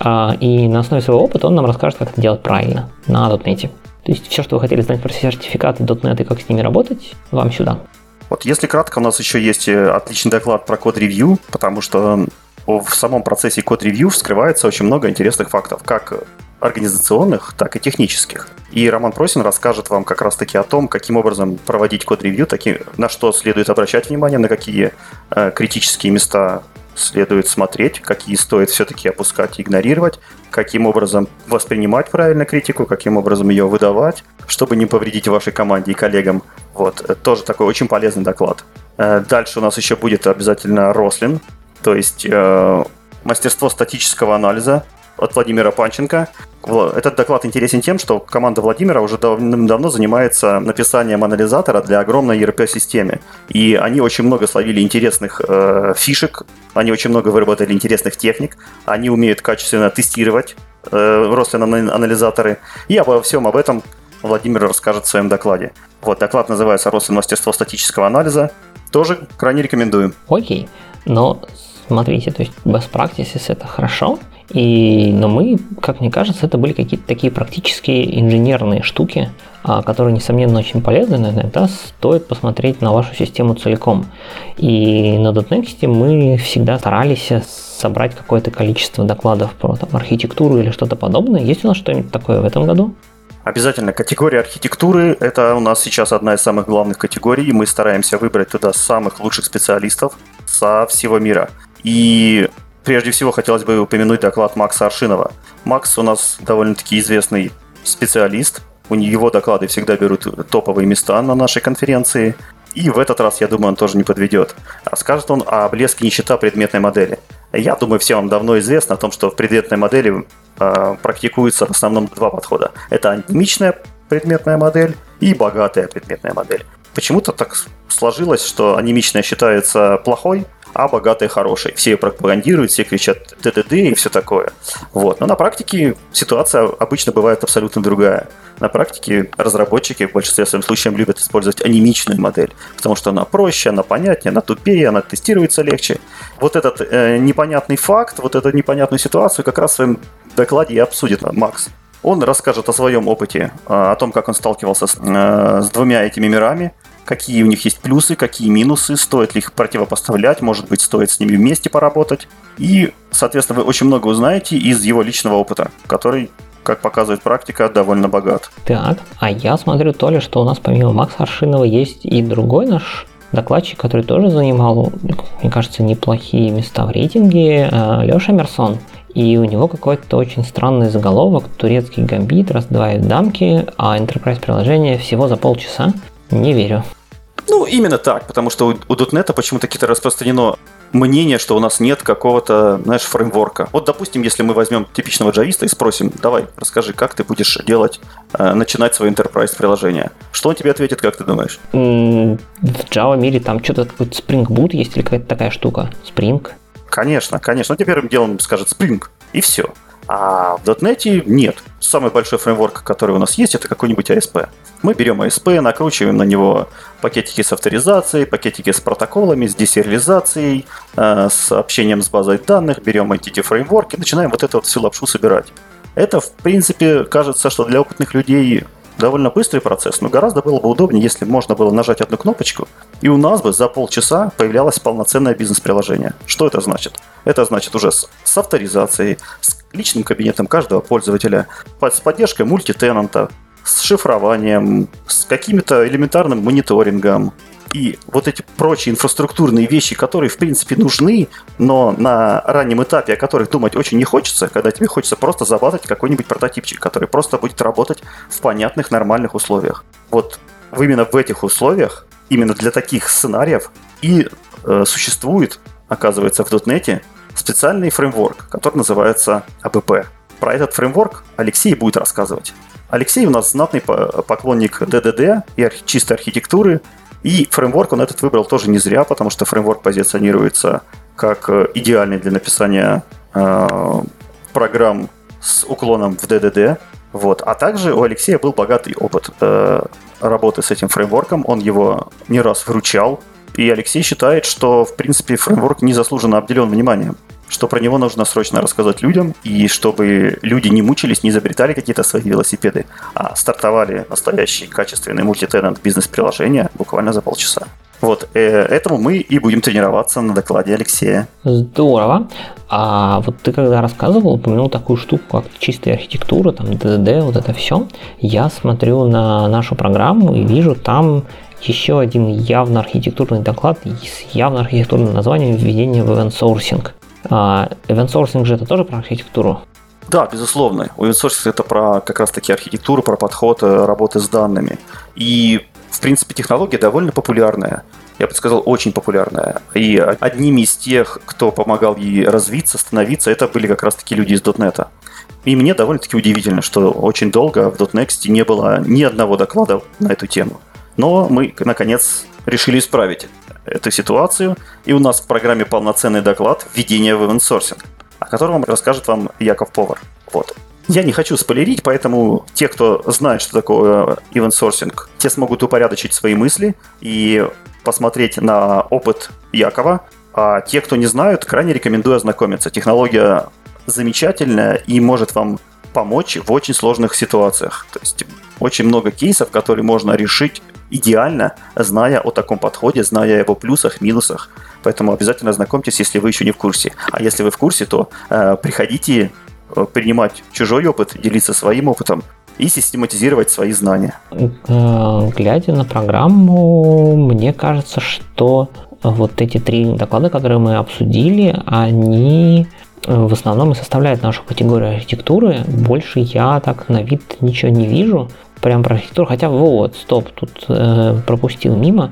и на основе своего опыта он нам расскажет, как это делать правильно на .NET. То есть все, что вы хотели знать про сертификаты .NET и как с ними работать, вам сюда. Вот если кратко, у нас еще есть отличный доклад про код-ревью, потому что в самом процессе код-ревью вскрывается очень много интересных фактов, как организационных, так и технических. И Роман Просин расскажет вам как раз-таки о том, каким образом проводить код-ревью, на что следует обращать внимание, на какие критические места следует смотреть, какие стоит все-таки опускать и игнорировать, каким образом воспринимать правильно критику, каким образом ее выдавать, чтобы не повредить вашей команде и коллегам. Вот, тоже такой очень полезный доклад. Дальше у нас еще будет обязательно Рослин, то есть мастерство статического анализа от Владимира Панченко. Этот доклад интересен тем, что команда Владимира уже давно занимается написанием анализатора для огромной ERP-системы. И они очень много словили интересных фишек, они очень много выработали интересных техник, они умеют качественно тестировать Рослин-анализаторы. И обо всем об этом Владимир расскажет в своем докладе. Вот, доклад называется «Рослин. Мастерство статического анализа». Тоже крайне рекомендую. Окей, но смотрите, то есть best practices — это хорошо, но мы, как мне кажется, это были какие-то такие практические инженерные штуки, которые, несомненно, очень полезны, но иногда стоит посмотреть на вашу систему целиком. И на .NET мы всегда старались собрать какое-то количество докладов про архитектуру или что-то подобное. Есть у нас что-нибудь такое в этом году? Обязательно. Категория архитектуры – это у нас сейчас одна из самых главных категорий. Мы стараемся выбрать туда самых лучших специалистов со всего мира. И прежде всего хотелось бы упомянуть доклад Макса Аршинова. Макс у нас довольно-таки известный специалист. Его доклады всегда берут топовые места на нашей конференции. И в этот раз, я думаю, он тоже не подведет. Расскажет он о блеске нищета предметной модели. Я думаю, всем вам давно известно о том, что в предметной модели практикуется в основном два подхода. Это анемичная предметная модель и богатая предметная модель. Почему-то так сложилось, что анемичная считается плохой, а богатая хорошей. Все ее пропагандируют, все кричат ДДД и все такое. Вот. Но на практике ситуация обычно бывает абсолютно другая. На практике разработчики в большинстве своем случаев любят использовать анемичную модель, потому что она проще, она понятнее, она тупее, она тестируется легче. Вот этот непонятный факт, вот эту непонятную ситуацию как раз в своем докладе и обсудит Макс. Он расскажет о своем опыте, о том, как он сталкивался с двумя этими мирами, какие у них есть плюсы, какие минусы, стоит ли их противопоставлять, может быть, стоит с ними вместе поработать. И, соответственно, вы очень много узнаете из его личного опыта, который, как показывает практика, довольно богат. Так, а я смотрю, Толя, что у нас помимо Макса Аршинова есть и другой наш докладчик, который тоже занимал, мне кажется, неплохие места в рейтинге, Леша Мерсон. И у него какой-то очень странный заголовок: турецкий гамбит раздувает дамки, а Enterprise приложение всего за полчаса. Не верю. Ну, именно так, потому что у .NET почему-то какие-то распространено мнение, что у нас нет какого-то, знаешь, фреймворка. Вот, допустим, если мы возьмем типичного джависта и спросим: давай, расскажи, как ты будешь начинать свое Enterprise приложение. Что он тебе ответит, как ты думаешь? В Java мире там что-то какой-то Spring Boot есть или какая-то такая штука? Spring? Конечно. Но первым делом скажет Spring, и все. А в .NET нет. Самый большой фреймворк, который у нас есть, это какой-нибудь ASP. Мы берем ASP, накручиваем на него пакетики с авторизацией, пакетики с протоколами, с десериализацией, с общением с базой данных, берем Entity Framework и начинаем вот эту вот всю лапшу собирать. Это, в принципе, кажется, что для опытных людей довольно быстрый процесс, но гораздо было бы удобнее, если можно было нажать одну кнопочку, и у нас бы за полчаса появлялось полноценное бизнес-приложение. Что это значит? Это значит уже с авторизацией, с личным кабинетом каждого пользователя, с поддержкой мультитенанта, с шифрованием, с каким-то элементарным мониторингом. И вот эти прочие инфраструктурные вещи, которые, в принципе, нужны, но на раннем этапе о которых думать очень не хочется, когда тебе хочется просто забазать какой-нибудь прототипчик, который просто будет работать в понятных, нормальных условиях. Вот именно в этих условиях, именно для таких сценариев и существует, оказывается, в .NET специальный фреймворк, который называется ABP. Про этот фреймворк Алексей будет рассказывать. Алексей у нас знатный поклонник DDD и чистой архитектуры, и фреймворк он этот выбрал тоже не зря, потому что фреймворк позиционируется как идеальный для написания программ с уклоном в DDD. Вот. А также у Алексея был богатый опыт работы с этим фреймворком, он его не раз вручал, и Алексей считает, что, в принципе, фреймворк незаслуженно обделен вниманием, что про него нужно срочно рассказать людям, и чтобы люди не мучились, не изобретали какие-то свои велосипеды, а стартовали настоящие качественные мультитенант бизнес-приложения буквально за полчаса. Вот, этому мы и будем тренироваться на докладе Алексея. Здорово. А вот ты когда рассказывал, упомянул такую штуку, как чистая архитектура, там DDD, вот это все. Я смотрю на нашу программу и вижу там еще один явно архитектурный доклад с явно архитектурным названием «Введение в event-sourcing». Event-sourcing же это тоже про архитектуру? Да, безусловно. Event-sourcing это про как раз-таки архитектуру, про подход работы с данными. И, в принципе, технология довольно популярная. Я бы сказал, очень популярная. И одними из тех, кто помогал ей развиться, становиться, это были как раз-таки люди из .NET. И мне довольно-таки удивительно, что очень долго в .next не было ни одного доклада на эту тему. Но мы, наконец, решили исправить эту ситуацию, и у нас в программе полноценный доклад «Введение в event-sourcing», о котором расскажет вам Яков Повар. Вот. Я не хочу спойлерить, поэтому те, кто знает, что такое event-sourcing, те смогут упорядочить свои мысли и посмотреть на опыт Якова, а те, кто не знают, крайне рекомендую ознакомиться. Технология замечательная и может вам помочь в очень сложных ситуациях. То есть очень много кейсов, которые можно решить идеально, зная о таком подходе, зная о его плюсах, минусах. Поэтому обязательно ознакомьтесь, если вы еще не в курсе. А если вы в курсе, то приходите принимать чужой опыт, делиться своим опытом и систематизировать свои знания. Глядя на программу, мне кажется, что вот эти 3 доклада, которые мы обсудили, они в основном и составляют нашу категорию архитектуры. Больше я так на вид ничего не вижу. Прям про архитектуру. Хотя вот, стоп, тут пропустил мимо.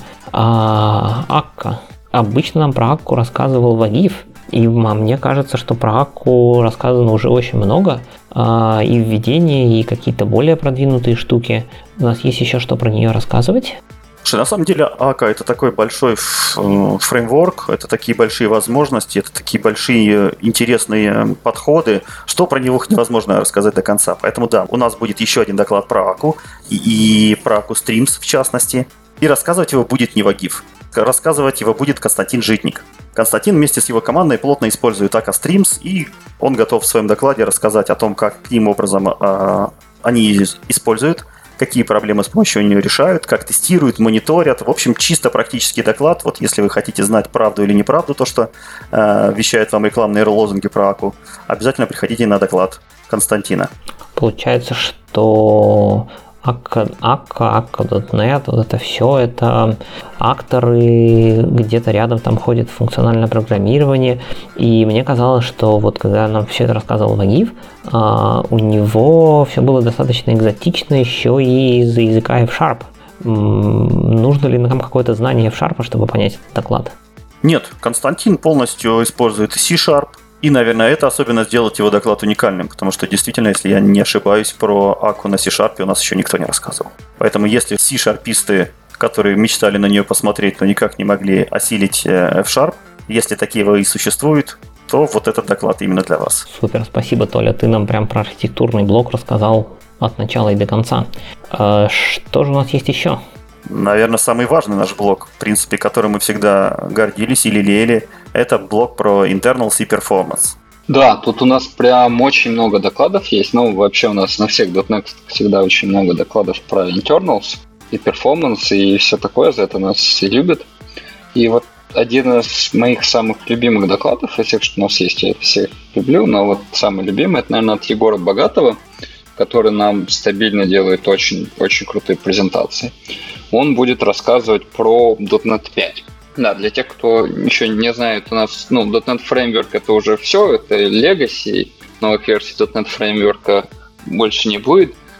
Акка. Обычно нам про Акку рассказывал Вагиф. И мне кажется, что про Акку рассказано уже очень много. И введение, и какие-то более продвинутые штуки. У нас есть еще что про нее рассказывать? Слушай, на самом деле Ака это такой большой фреймворк, это такие большие возможности, это такие большие интересные подходы, что про него невозможно рассказать до конца. Поэтому да, у нас будет еще один доклад про Аку и про Аку Streams в частности. И рассказывать его будет не Вагиф, рассказывать его будет Константин Житник. Константин вместе с его командой плотно использует Ака Streams, и он готов в своем докладе рассказать о том, каким образом они используют, какие проблемы с помощью нее решают, как тестируют, мониторят. В общем, чисто практический доклад. Вот если вы хотите знать правду или неправду, то, что вещают вам рекламные лозунги про Аку, обязательно приходите на доклад Константина. Получается, что Akka.net, вот это все, это акторы, где-то рядом там ходит функциональное программирование, и мне казалось, что вот когда нам все это рассказывал Вагиф, у него все было достаточно экзотично еще и из-за языка F-Sharp. Нужно ли нам какое-то знание F-Sharp, чтобы понять этот доклад? Нет, Константин полностью использует C-Sharp, и, наверное, это особенно сделает его доклад уникальным, потому что, действительно, если я не ошибаюсь, про Аку на C-Sharp у нас еще никто не рассказывал. Поэтому, если C-Sharpисты, которые мечтали на нее посмотреть, но никак не могли осилить F-Sharp, если такие и существуют, то вот этот доклад именно для вас. Супер, спасибо, Толя, ты нам прям про архитектурный блок рассказал от начала и до конца. Что же у нас есть еще? Наверное, самый важный наш блок, в принципе, которым мы всегда гордились и лелеяли, это блок про internals и performance. Да, тут у нас прям очень много докладов есть. Ну, вообще у нас на всех .NET всегда очень много докладов про internals и performance и все такое, за это нас все любят. И вот один из моих самых любимых докладов, из всех, что у нас есть, я всех люблю, но вот самый любимый, это, наверное, от Егора Богатого, который нам стабильно делает очень, очень крутые презентации. Он будет рассказывать про .NET 5. Да, для тех, кто еще не знает, у нас .NET Framework это уже все, это Legacy, новых версий .NET Framework больше не будет.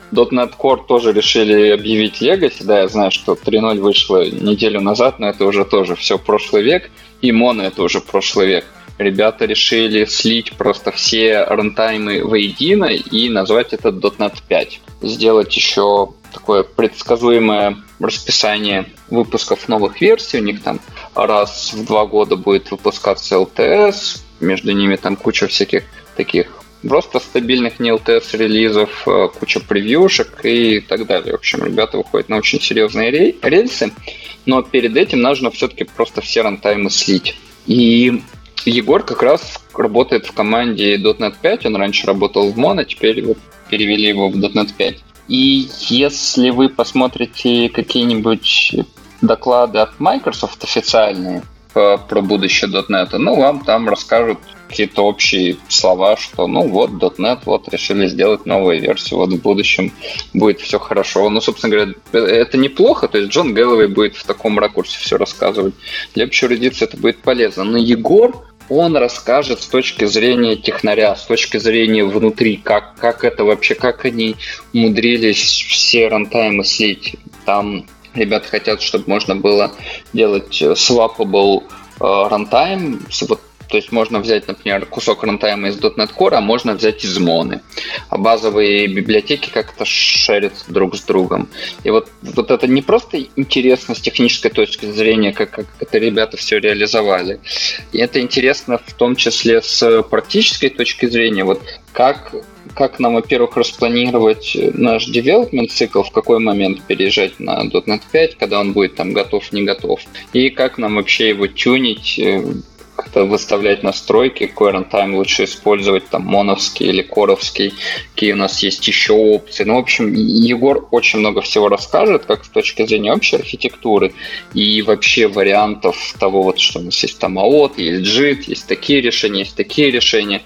.NET Core тоже решили объявить Legacy. Да, я знаю, что 3.0 вышло неделю назад, но это уже тоже все прошлый век. И Mono это уже прошлый век. Ребята решили слить просто все рантаймы воедино и назвать это .NET 5. Сделать еще такое предсказуемое расписание выпусков новых версий. У них там раз в 2 года будет выпускаться LTS, между ними там куча всяких таких просто стабильных не LTS релизов, куча превьюшек и так далее. В общем, ребята выходят на очень серьезные рельсы, но перед этим нужно все-таки просто все рантаймы слить. И Егор как раз работает в команде .NET 5, он раньше работал в Mono, теперь вот перевели его в .NET 5. И если вы посмотрите какие-нибудь доклады от Microsoft официальные про будущее .NET, ну, вам там расскажут какие-то общие слова, что, ну, вот, .NET, вот, решили сделать новую версию, вот, в будущем будет все хорошо. Ну, собственно говоря, это неплохо, то есть Джон Гэллоуэй будет в таком ракурсе все рассказывать. Для общей эрудиции это будет полезно. Но Егор, он расскажет с точки зрения технаря, с точки зрения внутри, как это вообще, как они умудрились все рантаймы слить. Там ребята хотят, чтобы можно было делать swappable runtime, вот, то есть можно взять, например, кусок рантайма из .NET Core, а можно взять из Mono. А базовые библиотеки как-то шерятся друг с другом. И вот это не просто интересно с технической точки зрения, как это ребята все реализовали. И это интересно в том числе с практической точки зрения. Вот как нам, во-первых, распланировать наш development цикл, в какой момент переезжать на .NET 5, когда он будет там готов, не готов. И как нам вообще его тюнить, как-то выставлять настройки, какой рантайм лучше использовать, там, моновский или коровский, какие у нас есть еще опции. Ну, в общем, Егор очень много всего расскажет, как с точки зрения общей архитектуры и вообще вариантов того, вот, что у нас есть там AOT, есть JIT, есть такие решения.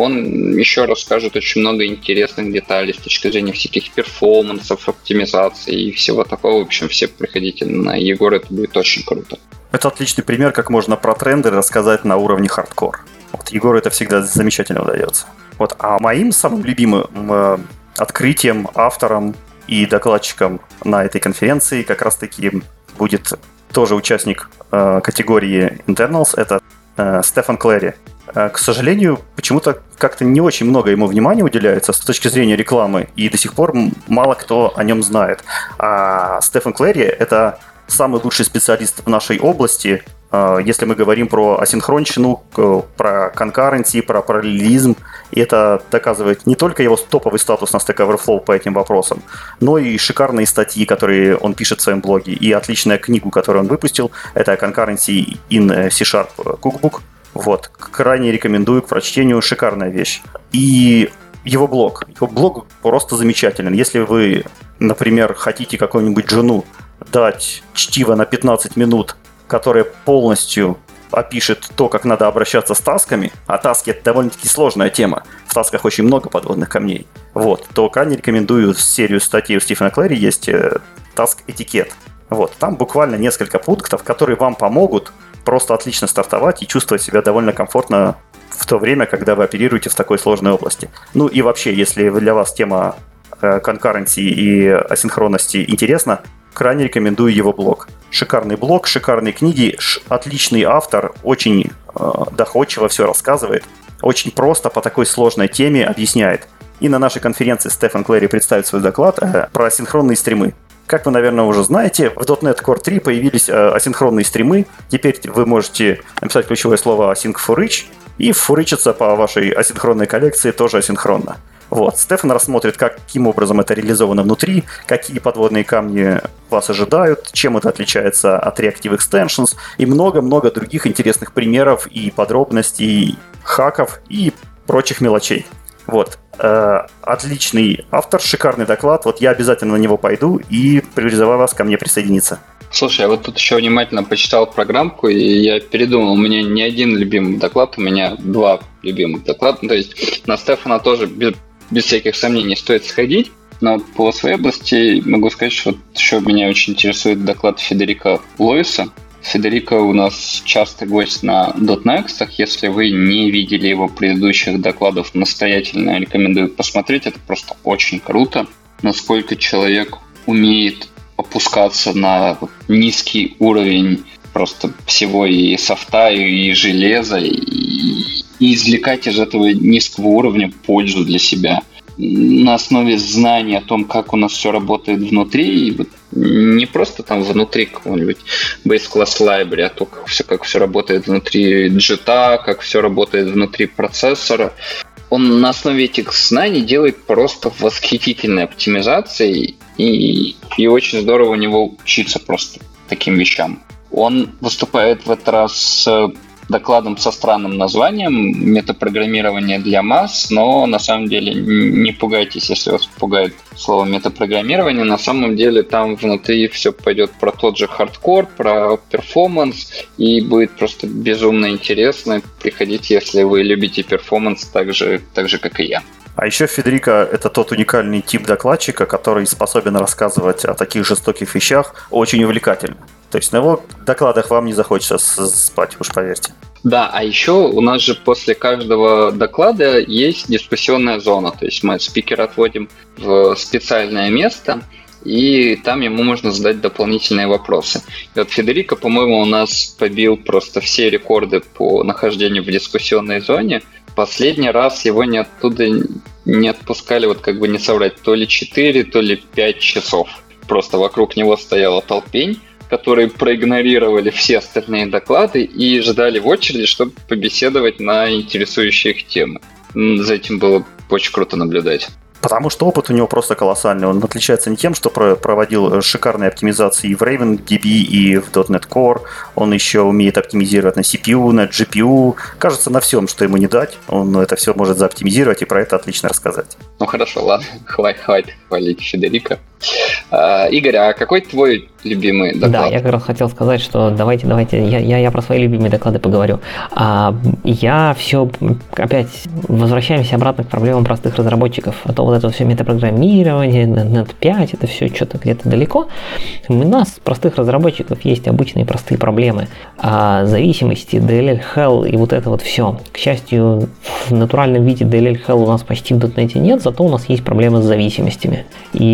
Он еще расскажет очень много интересных деталей с точки зрения всяких перформансов, оптимизации и всего такого. В общем, все приходите на Егора, это будет очень круто. Это отличный пример, как можно про тренды рассказать на уровне хардкор. Вот Егору это всегда замечательно удается. Вот, а моим самым любимым открытием, автором и докладчиком на этой конференции как раз-таки будет тоже участник категории Internals, это Стефан Клэри. К сожалению, почему-то как-то не очень много ему внимания уделяется с точки зрения рекламы, и до сих пор мало кто о нем знает. А Стефан Клэри — это самый лучший специалист в нашей области, если мы говорим про асинхронщину, про конкуренции, про параллелизм. И это доказывает не только его топовый статус на Stack Overflow по этим вопросам, но и шикарные статьи, которые он пишет в своем блоге, и отличная книгу, которую он выпустил, это Concurrency in C# Cookbook. Вот, крайне рекомендую к прочтению, шикарная вещь. И его блог просто замечателен. Если вы, например, хотите какую-нибудь жену дать чтиво на 15 минут, которое полностью опишет то, как надо обращаться с тасками, а таски — это довольно-таки сложная тема, в тасках очень много подводных камней, вот, то крайне рекомендую серию статей у Стефана Клэри, есть task-этикет. Вот, там буквально несколько пунктов, которые вам помогут просто отлично стартовать и чувствовать себя довольно комфортно в то время, когда вы оперируете в такой сложной области. Ну и вообще, если для вас тема конкуренции и асинхронности интересна, крайне рекомендую его блог. Шикарный блог, шикарные книги, отличный автор, очень доходчиво все рассказывает, очень просто по такой сложной теме объясняет. И на нашей конференции Стефан Клэри представит свой доклад про асинхронные стримы. Как вы, наверное, уже знаете, в .NET Core 3 появились асинхронные стримы. Теперь вы можете написать ключевое слово async for each и фурычиться по вашей асинхронной коллекции тоже асинхронно. Вот. Стефан рассмотрит, каким образом это реализовано внутри, какие подводные камни вас ожидают, чем это отличается от Reactive Extensions и много-много других интересных примеров и подробностей, хаков и прочих мелочей. Вот. Отличный автор, шикарный доклад. Вот я обязательно на него пойду и призываю вас ко мне присоединиться. Слушай, я вот тут еще внимательно почитал программку, и я передумал, у меня не один любимый доклад, у меня 2 любимых доклада. То есть на Стефана тоже без всяких сомнений стоит сходить. Но вот по своей области могу сказать, что вот еще меня очень интересует доклад Федерико Лоиса. Федерико у нас частый гость на .next. Если вы не видели его предыдущих докладов, настоятельно рекомендую посмотреть. Это просто очень круто. насколько человек умеет опускаться на низкий уровень просто всего и софта, и железа, и извлекать из этого низкого уровня пользу для себя. На основе знаний о том, как у нас все работает внутри, и вот не просто там внутри какого-нибудь Base Class Library, а то, как все работает внутри джита, как все работает внутри процессора. Он на основе этих знаний делает просто восхитительные оптимизации, и очень здорово у него учиться просто таким вещам. Он выступает в этот раз с докладом со странным названием «Метапрограммирование для масс», но на самом деле не пугайтесь, если вас пугает слово «метапрограммирование». На самом деле там внутри все пойдет про тот же хардкор, про перформанс, и будет просто безумно интересно. Приходите, если вы любите перформанс так же, как и я. А еще Федерико — это тот уникальный тип докладчика, который способен рассказывать о таких жестоких вещах очень увлекательно. То есть на его докладах вам не захочется спать, уж поверьте. Да, а еще у нас же после каждого доклада есть дискуссионная зона. То есть мы спикера отводим в специальное место, и там ему можно задать дополнительные вопросы. И вот Федерико, по-моему, у нас побил просто все рекорды по нахождению в дискуссионной зоне. Последний раз его оттуда не отпускали, вот как бы не соврать, то ли 4, то ли 5 часов. Просто вокруг него стояла толпень, которые проигнорировали все остальные доклады и ждали в очереди, чтобы побеседовать на интересующие их темы. За этим было очень круто наблюдать. Потому что опыт у него просто колоссальный. Он отличается не тем, что проводил шикарные оптимизации и в RavenDB, и в .NET Core. Он еще умеет оптимизировать на CPU, на GPU. Кажется, на всем, что ему не дать, он это все может заоптимизировать и про это отлично рассказать. Ну хорошо, ладно, хватит хвалить Федерико. Игорь, а какой твой любимый доклад? Да, я как раз хотел сказать, что давайте, я про свои любимые доклады поговорю. Я все, опять возвращаемся обратно к проблемам простых разработчиков. А то вот это все метапрограммирование, .NET 5, это все что-то где-то далеко. У нас, простых разработчиков, есть обычные простые проблемы. Зависимости, DLL Hell и вот это вот все. К счастью, в натуральном виде DLL Hell у нас почти в .NET нет, зато у нас есть проблемы с зависимостями.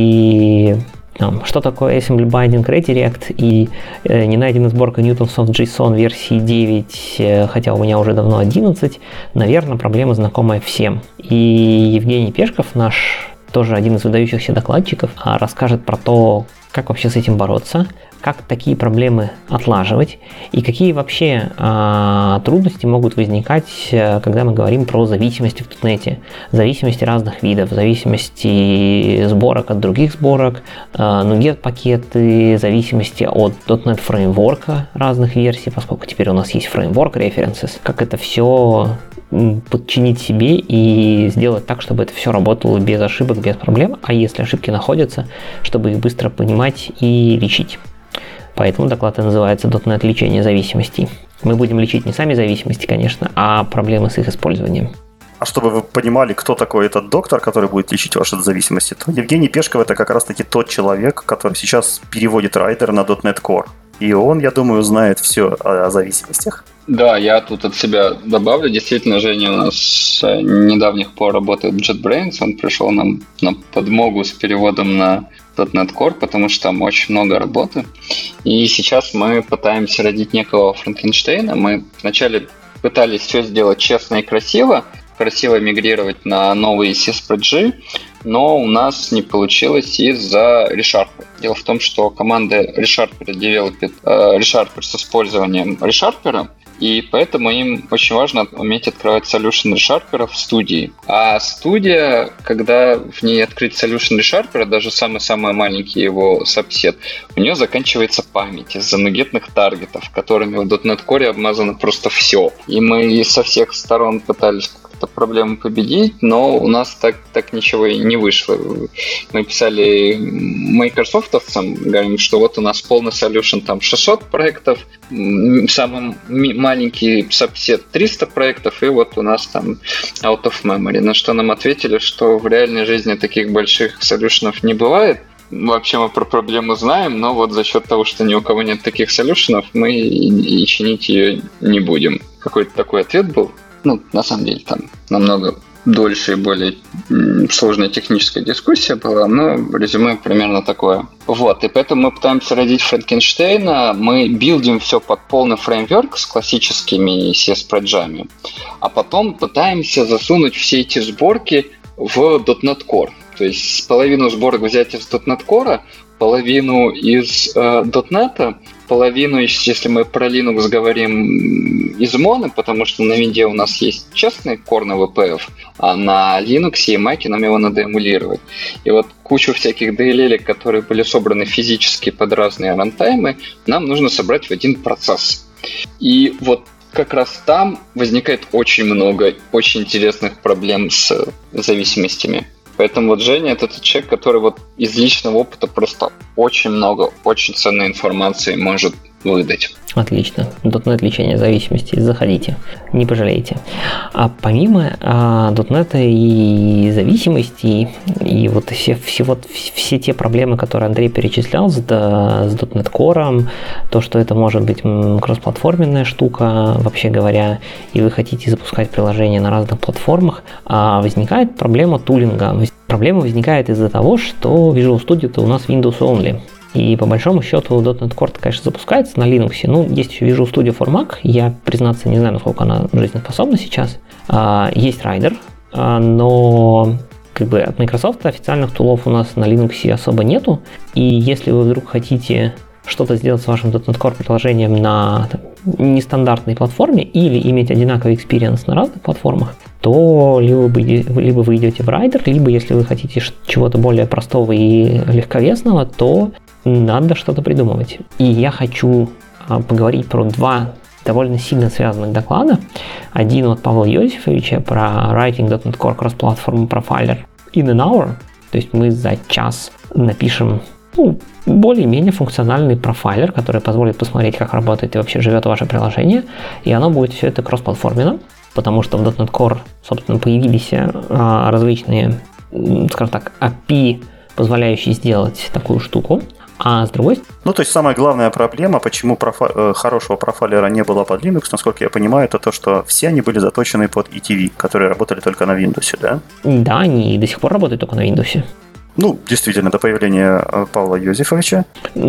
И что такое Assembly Binding Redirect и не найдена сборка Newtonsoft.json версии 9, хотя у меня уже давно 11, наверное, проблема знакомая всем. И Евгений Пешков, наш тоже один из выдающихся докладчиков, расскажет про то, как вообще с этим бороться, как такие проблемы отлаживать и какие вообще трудности могут возникать, когда мы говорим про зависимости в .NET. Зависимости разных видов, зависимости сборок от других сборок, NuGet-пакеты, зависимости от .NET фреймворка разных версий, поскольку теперь у нас есть фреймворк references. Как это все подчинить себе и сделать так, чтобы это все работало без ошибок, без проблем, а если ошибки находятся, чтобы их быстро понимать и лечить. Поэтому доклад и называется .NET лечение зависимостей. Мы будем лечить не сами зависимости, конечно, а проблемы с их использованием. А чтобы вы понимали, кто такой этот доктор, который будет лечить ваши зависимости, то Евгений Пешков — это как раз-таки тот человек, который сейчас переводит райдер на .NET Core. И он, я думаю, знает все о зависимостях. Да, я тут от себя добавлю. Действительно, Женя у нас с недавних пор работает в JetBrains. Он пришел нам на подмогу с переводом на .NET Core, потому что там очень много работы. И сейчас мы пытаемся родить некого Франкенштейна. Мы вначале пытались все сделать честно и красиво мигрировать на новый SysProj, но у нас не получилось из-за ReSharper. Дело в том, что команда ReSharper девелопит ReSharper с использованием ReSharper, и поэтому им очень важно уметь открывать solution ReSharper в студии. А студия, когда в ней открыть solution ReSharper, даже самый-самый маленький его сабсет, у нее заканчивается память из-за нугетных таргетов, которыми в .NET Core обмазано просто все. И мы со всех сторон пытались эту проблему победить, но у нас так ничего и не вышло. Мы писали майкрософтовцам, говорим, что вот у нас полный solution, там 600 проектов, самый маленький сабсет 300 проектов, и вот у нас там out of memory. На что нам ответили, что в реальной жизни таких больших солюшенов не бывает. Вообще мы про проблему знаем, но вот за счет того, что ни у кого нет таких солюшенов, мы и чинить ее не будем. Какой-то такой ответ был. На самом деле там намного дольше и более сложная техническая дискуссия была, но резюме примерно такое. Вот, и поэтому мы пытаемся родить Франкенштейна, мы билдим все под полный фреймворк с классическими CS-проджами, а потом пытаемся засунуть все эти сборки в .NET Core. То есть половину сборок взять из .NET Core, половину из .NET, половину, если мы про Linux говорим, из Mono, потому что на Винде у нас есть честный Core на VPF, а на Linux и Mac нам его надо эмулировать. И вот кучу всяких DLL, которые были собраны физически под разные рантаймы, нам нужно собрать в один процесс. И вот как раз там возникает очень много очень интересных проблем с зависимостями. Поэтому вот Женя — это тот человек, который вот из личного опыта просто очень много, очень ценной информации может выдать. Отлично. .NET лечение зависимости. Заходите. Не пожалеете. А помимо .NET и зависимости, и вот все те проблемы, которые Андрей перечислял с .NET Core, то, что это может быть кроссплатформенная штука, вообще говоря, и вы хотите запускать приложения на разных платформах, возникает проблема тулинга. Проблема возникает из-за того, что Visual Studio-то у нас Windows only. И по большому счету .NET Core, конечно, запускается на Linux. Ну, есть еще Visual Studio for Mac. Я, признаться, не знаю, насколько она жизнеспособна сейчас. Есть Rider, но как бы от Microsoft официальных тулов у нас на Linux особо нету. И если вы вдруг хотите что-то сделать с вашим .NET Core приложением на нестандартной платформе или иметь одинаковый экспириенс на разных платформах, то либо вы идете в Rider, либо если вы хотите чего-то более простого и легковесного, то надо что-то придумывать. И я хочу поговорить про два довольно сильно связанных доклада. Один от Павла Иосифовича про Writing .NET Core Cross-Platform Profiler in an hour. То есть мы за час напишем более-менее функциональный профайлер, который позволит посмотреть, как работает и вообще живет ваше приложение. И оно будет все это кроссплатформенно, потому что в .NET Core, собственно, появились различные, скажем так, API, позволяющие сделать такую штуку. А с другой стороны... Ну, то есть самая главная проблема, почему хорошего профайлера не было под Linux, насколько я понимаю, это то, что все они были заточены под ETV, которые работали только на Windows, да? Да, они до сих пор работают только на Windows. Ну, действительно, до появления Павла Иосифовича.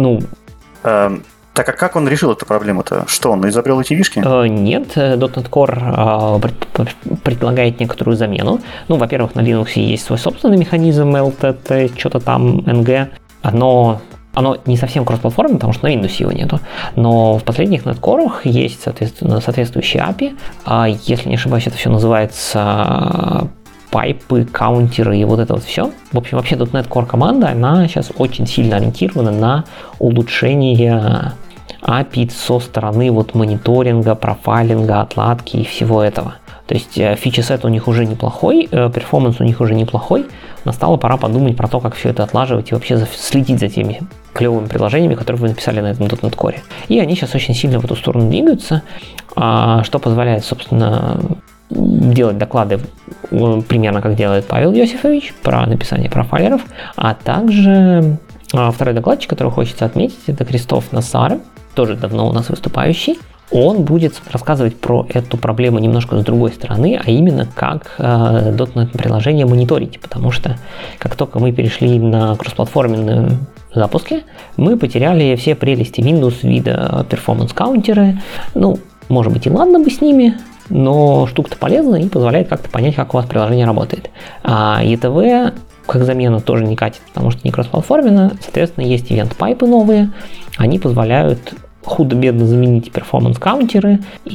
Так а как он решил эту проблему-то? Что, он изобрел ETV-шки? Нет, .NET Core предлагает некоторую замену. Ну, во-первых, на Linux есть свой собственный механизм LTT, что-то там, NG. Оно не совсем кроссплатформенное, потому что на Windows его нету. Но в последних .NET Core есть, соответственно, соответствующие API. Если не ошибаюсь, это все называется пайпы, каунтеры и вот это вот все. В общем, вообще .NET Core команда, она сейчас очень сильно ориентирована на улучшение API со стороны вот мониторинга, профайлинга, отладки и всего этого. То есть фичи-сет у них уже неплохой, перформанс у них уже неплохой. Настала пора подумать про то, как все это отлаживать и вообще следить за теми клевыми приложениями, которые вы написали на этом .NET Core. И они сейчас очень сильно в эту сторону двигаются, что позволяет, собственно, делать доклады примерно как делает Павел Иосифович про написание профайлеров, а также второй докладчик, который хочется отметить, это Кристоф Нассара, тоже давно у нас выступающий. Он будет рассказывать про эту проблему немножко с другой стороны, а именно как .NET приложение мониторить, потому что как только мы перешли на кроссплатформенные запуски, мы потеряли все прелести Windows вида перформанс-каунтеры. Ну, может быть, и ладно бы с ними, но штука-то полезна и позволяет как-то понять, как у вас приложение работает. А ETV как замена тоже не катит, потому что не кроссплатформенно. Соответственно, есть ивент-пайпы новые. Они позволяют худо-бедно заменить перформанс-каунтеры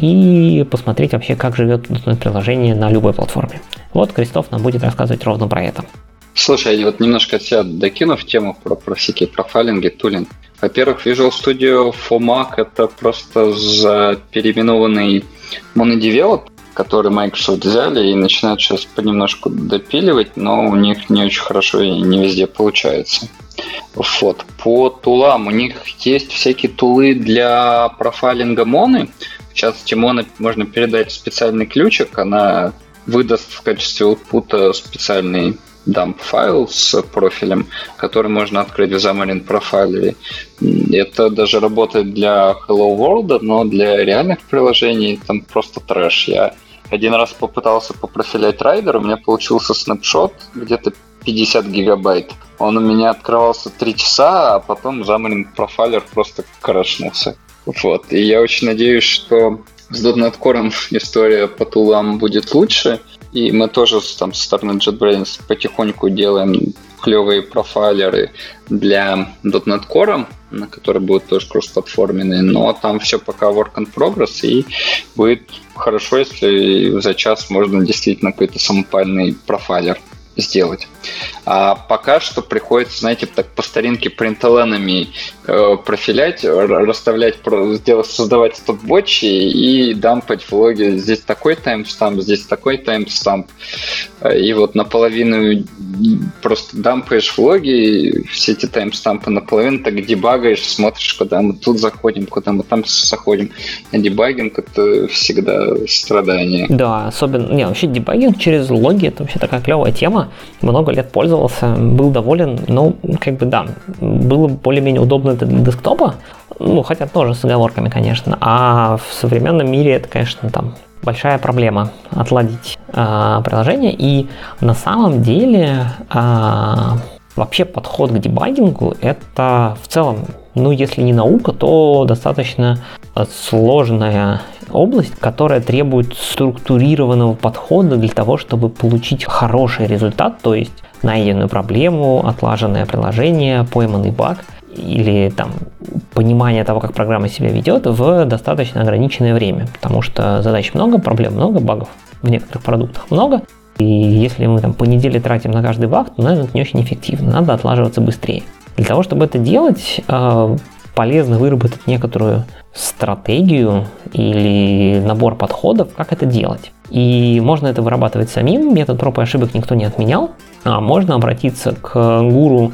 и посмотреть вообще, как живет приложение на любой платформе. Вот Кристоф нам будет рассказывать ровно про это. Слушай, вот немножко от себя докинув тему про всякие профайлинги, тулинг. Во-первых, Visual Studio for Mac — это просто переименованный monodevelop, который Microsoft взяли и начинают сейчас понемножку допиливать, но у них не очень хорошо и не везде получается. Вот. По тулам у них есть всякие тулы для профайлинга моны. В частности, моно можно передать специальный ключик, она выдаст в качестве output специальный dump файл с профилем, который можно открыть в Xamarin Profiler. Это даже работает для Hello World, но для реальных приложений там просто трэш. Я Один раз попытался попрофилять райдер, у меня получился снапшот где-то 50 гигабайт. Он у меня открывался 3 часа, а потом Xamarin Profiler просто крашнулся. Вот. И я очень надеюсь, что с .NET Core история по тулам будет лучше. И мы тоже там со стороны JetBrains потихоньку делаем клевые профайлеры для .NET Core, на которые будут тоже кроссплатформенные, но там все пока work in progress, и будет хорошо, если за час можно действительно какой-то самопальный профайлер сделать. А пока что приходится, знаете, так по старинке принтлнами профилять, расставлять, создавать стоп-вотчи и дампать в логе. Здесь такой таймстамп, здесь такой таймстамп. И вот наполовину просто дампаешь в логе, все эти таймстампы наполовину так дебагаешь, смотришь, куда мы тут заходим, куда мы там заходим. А дебагинг — это всегда страдание. Да, особенно... вообще дебагинг через логи — это вообще такая клевая тема. Много лет пользовался, был доволен, но было более-менее удобно для десктопа, хотя тоже с оговорками, конечно, а в современном мире это, конечно, там большая проблема отладить приложение, и на самом деле вообще подход к дебагингу — это в целом, если не наука, то достаточно сложная область, которая требует структурированного подхода для того, чтобы получить хороший результат, то есть найденную проблему, отлаженное приложение, пойманный баг или там понимание того, как программа себя ведет в достаточно ограниченное время, потому что задач много, проблем много, багов в некоторых продуктах много, и если мы там по неделе тратим на каждый баг, то, наверное, это не очень эффективно, надо отлаживаться быстрее. Для того, чтобы это делать, полезно выработать некоторую стратегию или набор подходов, как это делать. И можно это вырабатывать самим, метод проб и ошибок никто не отменял, а можно обратиться к гуру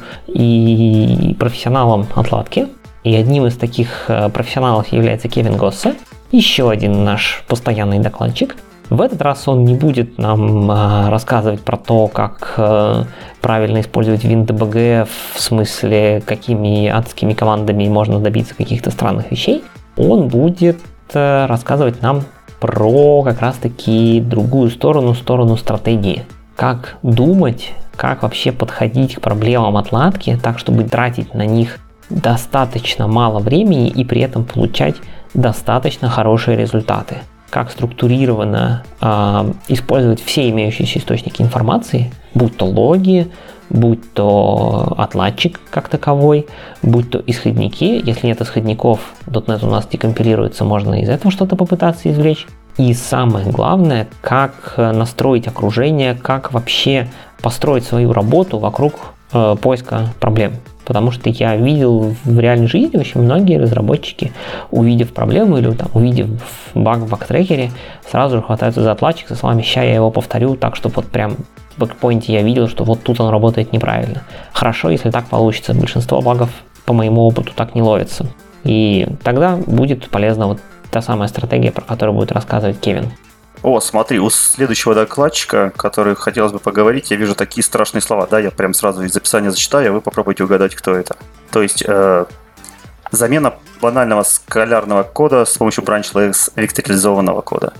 и профессионалам отладки. И одним из таких профессионалов является Кевин Госсе, еще один наш постоянный докладчик. В этот раз он не будет нам рассказывать про то, как правильно использовать WinDBG, в смысле, какими адскими командами можно добиться каких-то странных вещей. Он будет рассказывать нам про как раз-таки другую сторону стратегии. Как думать, как вообще подходить к проблемам отладки, так, чтобы тратить на них достаточно мало времени и при этом получать достаточно хорошие результаты. Как структурированно использовать все имеющиеся источники информации, будь то логи, будь то отладчик как таковой, будь то исходники. Если нет исходников, .NET у нас декомпилируется, можно из этого что-то попытаться извлечь. И самое главное, как настроить окружение, как вообще построить свою работу вокруг поиска проблем. Потому что я видел в реальной жизни очень многие разработчики, увидев проблему или увидев баг в бактрекере, сразу же хватаются за отладчик со словами «ща я его повторю так, чтобы вот прям в бэкпоинте я видел, что вот тут он работает неправильно». Хорошо, если так получится. Большинство багов по моему опыту так не ловится. И тогда будет полезна вот та самая стратегия, про которую будет рассказывать Кевин. О, смотри, у следующего докладчика, который хотелось бы поговорить, я вижу такие страшные слова. Да, я прям сразу из описания зачитаю, а вы попробуйте угадать, кто это. То есть, замена банального скалярного кода с помощью branch-less векторизованного кода.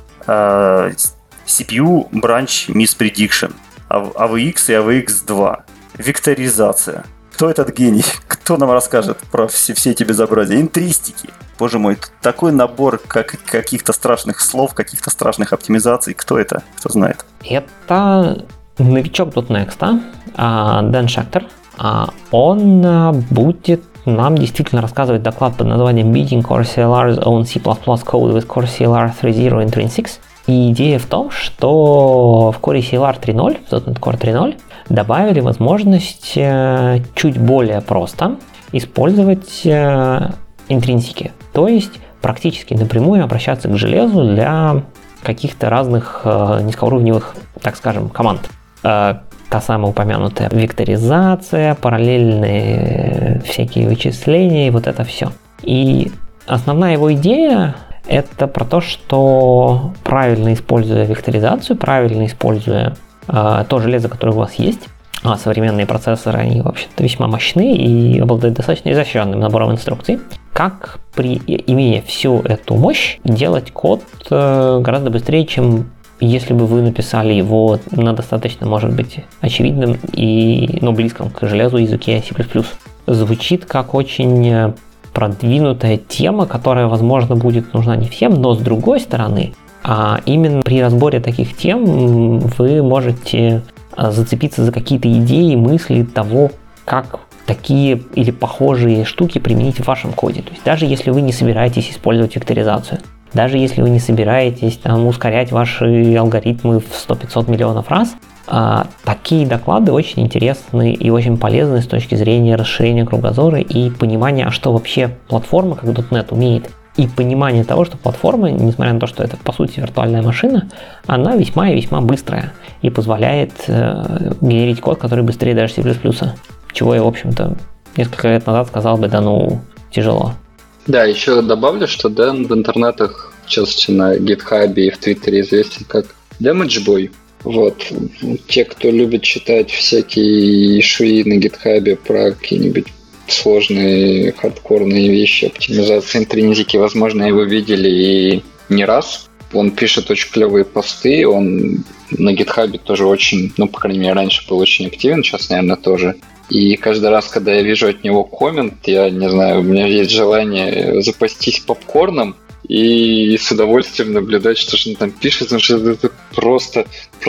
CPU branch misprediction. AVX и AVX2. Векторизация. Кто этот гений? Кто нам расскажет про все эти безобразия? Интристики. Боже мой, такой набор каких-то страшных слов, каких-то страшных оптимизаций. Кто это? Кто знает? Это новичок .next, Дэн Шектор. Он будет нам действительно рассказывать доклад под названием Beating Core CLR's Own C++ Code with Core CLR 3.0 and 3.6. И идея в том, что в Core CLR 3.0, в .NET Core 3.0, добавили возможность чуть более просто использовать интринсики, то есть практически напрямую обращаться к железу для каких-то разных низкоуровневых, так скажем, команд. Та самая упомянутая векторизация, параллельные всякие вычисления и вот это все. И основная его идея — это про то, что правильно используя векторизацию, правильно используя то железо, которое у вас есть, современные процессоры, они вообще-то весьма мощны и обладают достаточно изощренным набором инструкций, имея всю эту мощь, делать код гораздо быстрее, чем если бы вы написали его на достаточно, может быть, очевидном но близком к железу языке C++. Звучит как очень продвинутая тема, которая, возможно, будет нужна не всем, но с другой стороны, именно при разборе таких тем вы можете зацепиться за какие-то идеи, мысли того, как такие или похожие штуки применить в вашем коде. То есть даже если вы не собираетесь использовать векторизацию, даже если вы не собираетесь ускорять ваши алгоритмы в 100-500 миллионов раз, такие доклады очень интересны и очень полезны с точки зрения расширения кругозора и понимания, что вообще платформа как .NET умеет. И понимание того, что платформа, несмотря на то, что это по сути виртуальная машина, она весьма и весьма быстрая и позволяет генерить код, который быстрее даже C++. Чего я, в общем-то, несколько лет назад сказал бы, тяжело. Да, еще добавлю, что Дэн в интернетах, в частности на GitHub и в Твиттере, известен как Damage Boy. Вот. Те, кто любит читать всякие шуи на GitHub про какие-нибудь сложные хардкорные вещи, оптимизации интринзики, возможно, его видели и не раз. Он пишет очень клевые посты, он на GitHub тоже очень, по крайней мере, раньше был очень активен, сейчас, наверное, тоже. И каждый раз, когда я вижу от него коммент, я не знаю, у меня есть желание запастись попкорном и с удовольствием наблюдать, что же он там пишет, потому что это просто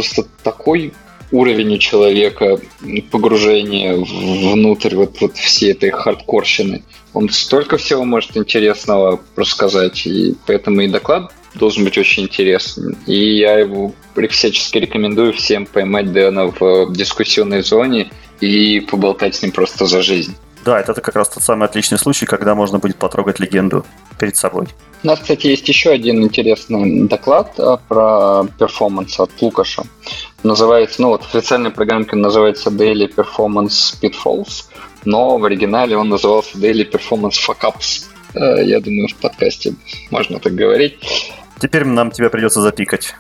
такой уровень у человека погружения внутрь вот всей этой хардкорщины. Он столько всего может интересного рассказать, и поэтому и доклад должен быть очень интересным. И я его всячески рекомендую всем поймать Дэна в дискуссионной зоне и поболтать с ним просто за жизнь. Да, это как раз тот самый отличный случай, когда можно будет потрогать легенду перед собой. У нас, кстати, есть еще один интересный доклад про перформанс от Лукаша. Называется, в официальной программке он называется Daily Performance Pitfalls, но в оригинале он назывался Daily Performance Fuck-Ups. Я думаю, в подкасте можно так говорить. Теперь нам тебя придется запикать.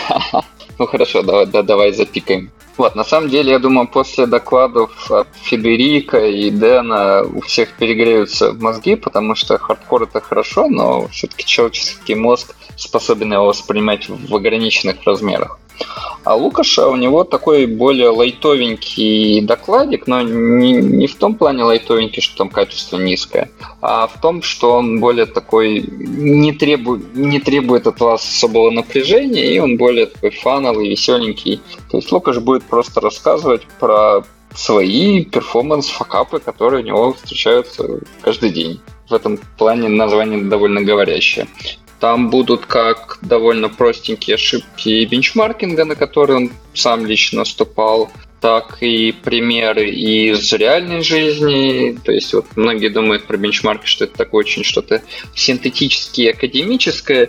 Ну хорошо, давай запикаем. Вот, на самом деле, я думаю, после докладов от Федерика и Дэна у всех перегреются мозги, потому что хардкор — это хорошо, но все-таки человеческий мозг способен его воспринимать в ограниченных размерах. А Лукаша, у него такой более лайтовенький докладик, но не в том плане лайтовенький, что там качество низкое, а в том, что он более такой, не требует от вас особого напряжения, и он более такой фановый, веселенький. То есть Лукаш будет просто рассказывать про свои перформанс-факапы, которые у него встречаются каждый день. В этом плане название довольно говорящее. Там будут как довольно простенькие ошибки бенчмаркинга, на которые он сам лично наступал, так и примеры из реальной жизни. То есть вот многие думают про бенчмарки, что это такое очень что-то синтетическое, академическое,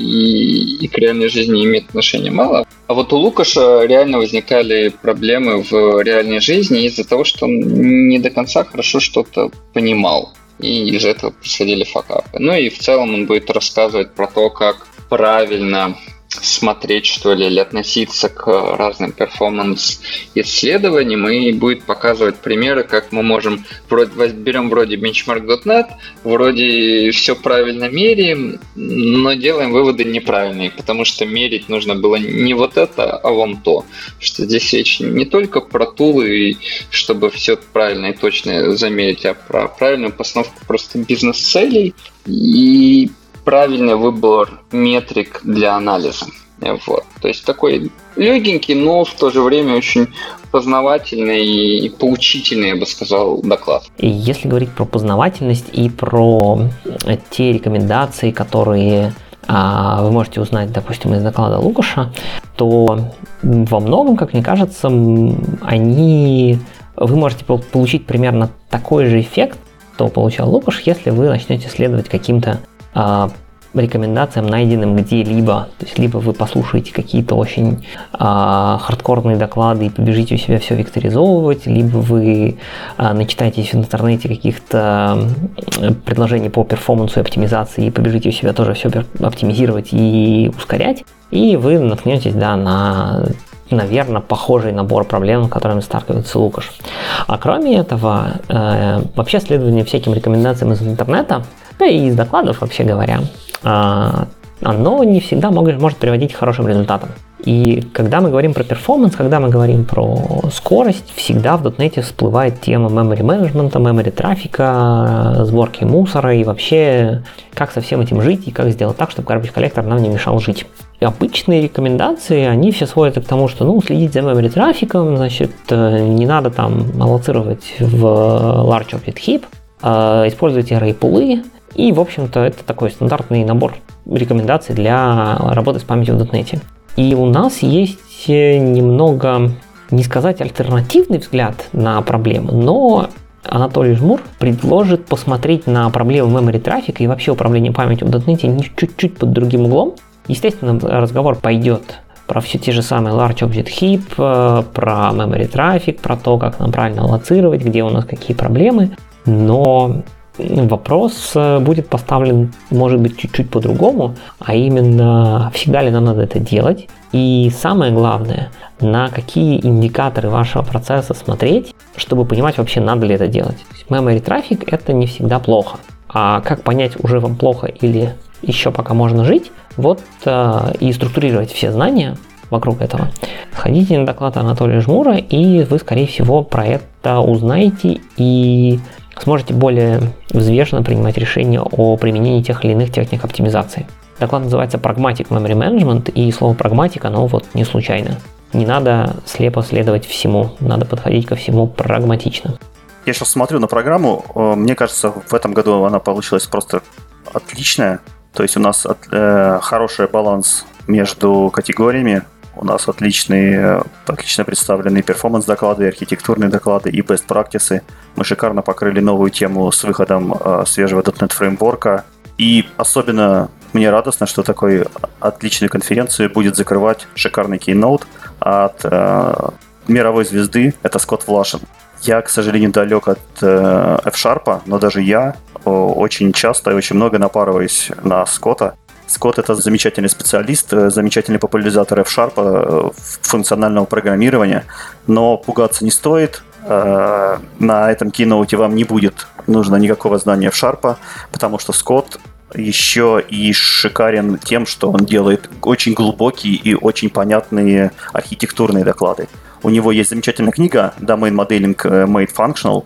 и к реальной жизни имеет отношения мало. А вот у Лукаша реально возникали проблемы в реальной жизни из-за того, что он не до конца хорошо что-то понимал. И из-за этого происходили факапы. Ну и в целом он будет рассказывать про то, как правильно смотреть, что ли, или относиться к разным перформанс-исследованиям, и будет показывать примеры, как мы можем, берем вроде benchmark.net, вроде все правильно меряем, но делаем выводы неправильные, потому что мерить нужно было не вот это, а вон то. Что здесь речь не только про тулы, чтобы все правильно и точно замерить, а про правильную постановку просто бизнес-целей и правильный выбор метрик для анализа. Вот. То есть такой легенький, но в то же время очень познавательный и поучительный, я бы сказал, доклад. И если говорить про познавательность и про те рекомендации, которые вы можете узнать, допустим, из доклада Лукаша, то во многом, как мне кажется, вы можете получить примерно такой же эффект, что получал Лукаш, если вы начнете следовать каким-то рекомендациям, найденным где-либо. То есть либо вы послушаете какие-то очень хардкорные доклады и побежите у себя все векторизовывать, либо вы начитаетесь в интернете каких-то предложений по перформансу и оптимизации и побежите у себя тоже все оптимизировать и ускорять, и вы наткнетесь на, наверное, похожий набор проблем, с которыми сталкивается Лукаш. А кроме этого, вообще следование всяким рекомендациям из интернета, да и из докладов, вообще говоря, оно не всегда может приводить к хорошим результатам. И когда мы говорим про перформанс, когда мы говорим про скорость, всегда в .NET всплывает тема memory менеджмента, memory трафика, сборки мусора и вообще как со всем этим жить и как сделать так, чтобы garbage collector нам не мешал жить. И обычные рекомендации, они все сводятся к тому, что следить за memory трафиком, значит, не надо там аллоцировать в large object heap, используйте array-пулы, и, в общем-то, это такой стандартный набор рекомендаций для работы с памятью в .NET. И у нас есть немного, не сказать альтернативный взгляд на проблему, но Анатолий Жмур предложит посмотреть на проблему memory трафика и вообще управления памятью в .NET чуть-чуть под другим углом. Естественно, разговор пойдет про все те же самые large object heap, про memory трафик, про то, как нам правильно аллоцировать, где у нас какие проблемы, но вопрос будет поставлен, может быть, чуть-чуть по-другому, а именно, всегда ли нам надо это делать, и самое главное, на какие индикаторы вашего процесса смотреть, чтобы понимать вообще, надо ли это делать. Memory трафик — это не всегда плохо, а как понять, уже вам плохо или еще пока можно жить, и структурировать все знания вокруг этого. Сходите на доклад Анатолия Жмура, и вы, скорее всего, про это узнаете и сможете более взвешенно принимать решения о применении тех или иных техник оптимизации. Доклад называется Pragmatic Memory Management, и слово прагматик, оно не случайно. Не надо слепо следовать всему, надо подходить ко всему прагматично. Я сейчас смотрю на программу, мне кажется, в этом году она получилась просто отличная. То есть у нас хороший баланс между категориями. У нас отлично представлены перформанс-доклады, архитектурные доклады и best practices. Мы шикарно покрыли новую тему с выходом свежего .NET фреймворка. И особенно мне радостно, что такой отличную конференцию будет закрывать шикарный кейноут от мировой звезды. Это Скотт Влашин. Я, к сожалению, далек от F-Sharp, но даже я очень часто и очень много напарываюсь на Скотта. Скотт — это замечательный специалист, замечательный популяризатор F-Sharp, функционального программирования, но пугаться не стоит. На этом кейноуте вам не будет нужно никакого знания F-Sharp, потому что Скотт еще и шикарен тем, что он делает очень глубокие и очень понятные архитектурные доклады. У него есть замечательная книга Domain Modeling Made Functional.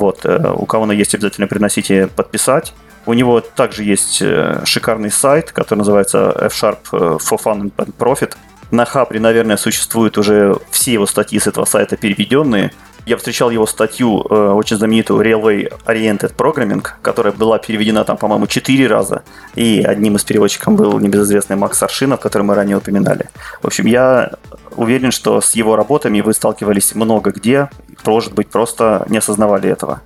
У кого она есть, обязательно приносите подписать. У него также есть шикарный сайт, который называется F-Sharp for Fun and Profit. На Хабре, наверное, существуют уже все его статьи с этого сайта переведенные. Я встречал его статью, очень знаменитую Railway Oriented Programming, которая была переведена там, по-моему, 4 раза. И одним из переводчиков был небезызвестный Макс Аршинов, который мы ранее упоминали. В общем, я уверен, что с его работами вы сталкивались много где, может быть, просто не осознавали этого.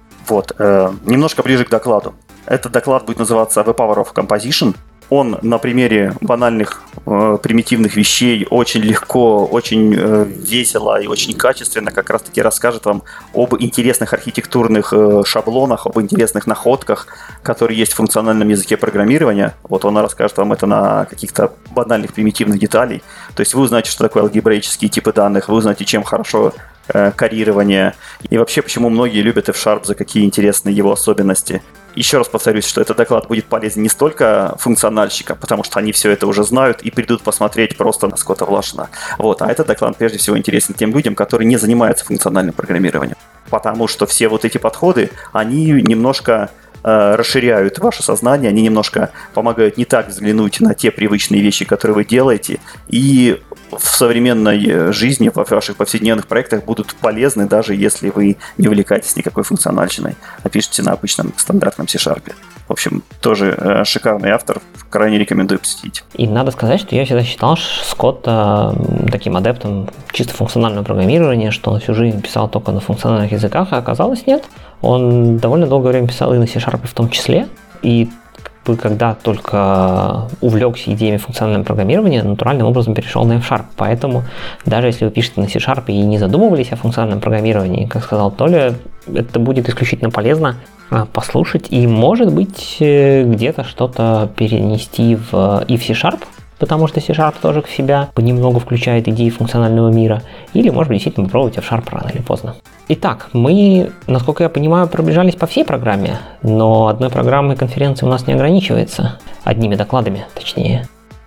Немножко ближе к докладу. Этот доклад будет называться The Power of Composition. Он на примере банальных, примитивных вещей очень легко, очень весело и очень качественно как раз-таки расскажет вам об интересных архитектурных шаблонах, об интересных находках, которые есть в функциональном языке программирования. Он расскажет вам это на каких-то банальных, примитивных деталей. То есть вы узнаете, что такое алгебраические типы данных, вы узнаете, чем хорошо коррирование, и вообще, почему многие любят F-Sharp, за какие интересные его особенности. Еще раз повторюсь, что этот доклад будет полезен не столько функциональщикам, потому что они все это уже знают и придут посмотреть просто на Скотта Влашина. А этот доклад прежде всего интересен тем людям, которые не занимаются функциональным программированием. Потому что все эти подходы, они немножко расширяют ваше сознание, они немножко помогают не так взглянуть на те привычные вещи, которые вы делаете, и в современной жизни, в ваших повседневных проектах будут полезны, даже если вы не увлекаетесь никакой функциональщиной, а пишете на обычном стандартном C-Sharp. В общем, тоже шикарный автор, крайне рекомендую посетить. И надо сказать, что я всегда считал Скотта таким адептом чисто функционального программирования, что он всю жизнь писал только на функциональных языках, а оказалось нет. Он довольно долгое время писал и на C-Sharp в том числе, и когда только увлекся идеями функционального программирования, натуральным образом перешел на F-Sharp. Поэтому даже если вы пишете на C-Sharp и не задумывались о функциональном программировании, как сказал Толя, это будет исключительно полезно послушать и, может быть, где-то что-то перенести и в C-Sharp, потому что C-Sharp тоже в себя понемногу включает идеи функционального мира, или, может быть, действительно попробовать F-Sharp рано или поздно. Итак, мы, насколько я понимаю, пробежались по всей программе, но одной программой конференции у нас не ограничивается, одними докладами, точнее.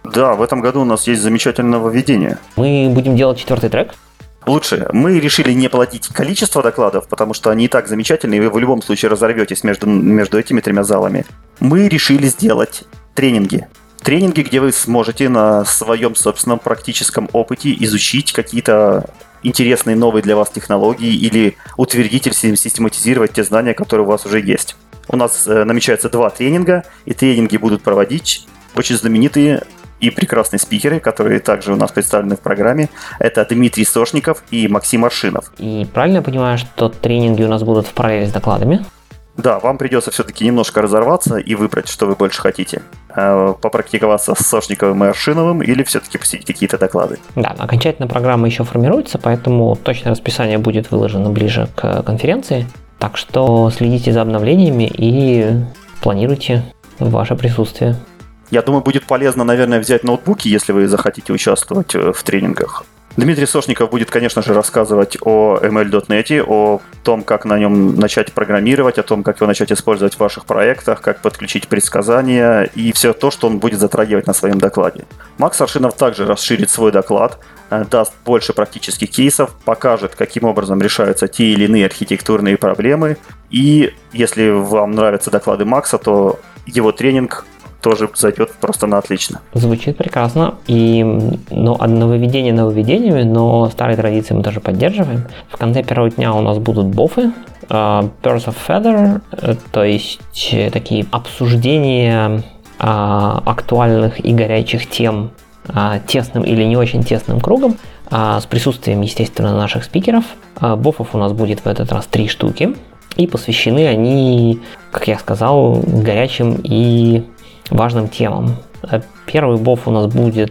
Да, в этом году у нас есть замечательное нововведение. Мы будем делать 4-й трек. Лучше. Мы решили не платить количество докладов, потому что они и так замечательные, и вы в любом случае разорветесь между этими 3 залами. Мы решили сделать тренинги. Тренинги, где вы сможете на своем собственном практическом опыте изучить какие-то интересные новые для вас технологии или утвердить или систематизировать те знания, которые у вас уже есть. У нас намечается 2 тренинга, и тренинги будут проводить очень знаменитые и прекрасные спикеры, которые также у нас представлены в программе. Это Дмитрий Сошников и Максим Аршинов. И правильно я понимаю, что тренинги у нас будут в параллели с докладами? Да, вам придется все-таки немножко разорваться и выбрать, что вы больше хотите. Попрактиковаться с Сошниковым и Аршиновым или все-таки посетить какие-то доклады. Да, окончательная программа еще формируется, поэтому точное расписание будет выложено ближе к конференции. Так что следите за обновлениями и планируйте ваше присутствие. Я думаю, будет полезно, наверное, взять ноутбуки, если вы захотите участвовать в тренингах. Дмитрий Сошников будет, конечно же, рассказывать о ML.NET, о том, как на нем начать программировать, о том, как его начать использовать в ваших проектах, как подключить предсказания и все то, что он будет затрагивать на своем докладе. Макс Аршинов также расширит свой доклад, даст больше практических кейсов, покажет, каким образом решаются те или иные архитектурные проблемы. И если вам нравятся доклады Макса, то его тренинг тоже зайдет просто на отлично. Звучит прекрасно. И нововведение нововведениями, но старые традиции мы тоже поддерживаем. В конце первого дня у нас будут бофы, Birds of Feather, то есть такие обсуждения актуальных и горячих тем тесным или не очень тесным кругом, с присутствием, естественно, наших спикеров. Бофов у нас будет в этот раз 3 штуки, и посвящены они, как я сказал, горячим и важным темам. Первый боф у нас будет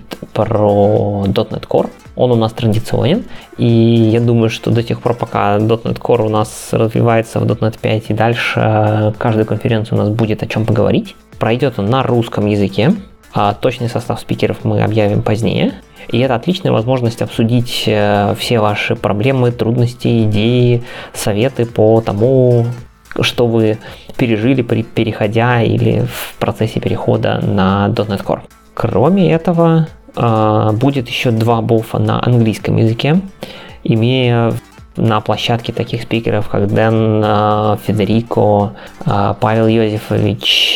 про .NET Core. Он у нас традиционен, и я думаю, что до тех пор, пока .NET Core у нас развивается в .NET 5 и дальше, каждую конференцию у нас будет о чем поговорить. Пройдет он на русском языке, а точный состав спикеров мы объявим позднее. И это отличная возможность обсудить все ваши проблемы, трудности, идеи, советы по тому, что вы пережили, переходя или в процессе перехода на .NET Core. Кроме этого, будет еще 2 бофа на английском языке, имея на площадке таких спикеров, как Дэн, Федерико, Павел Йозефович,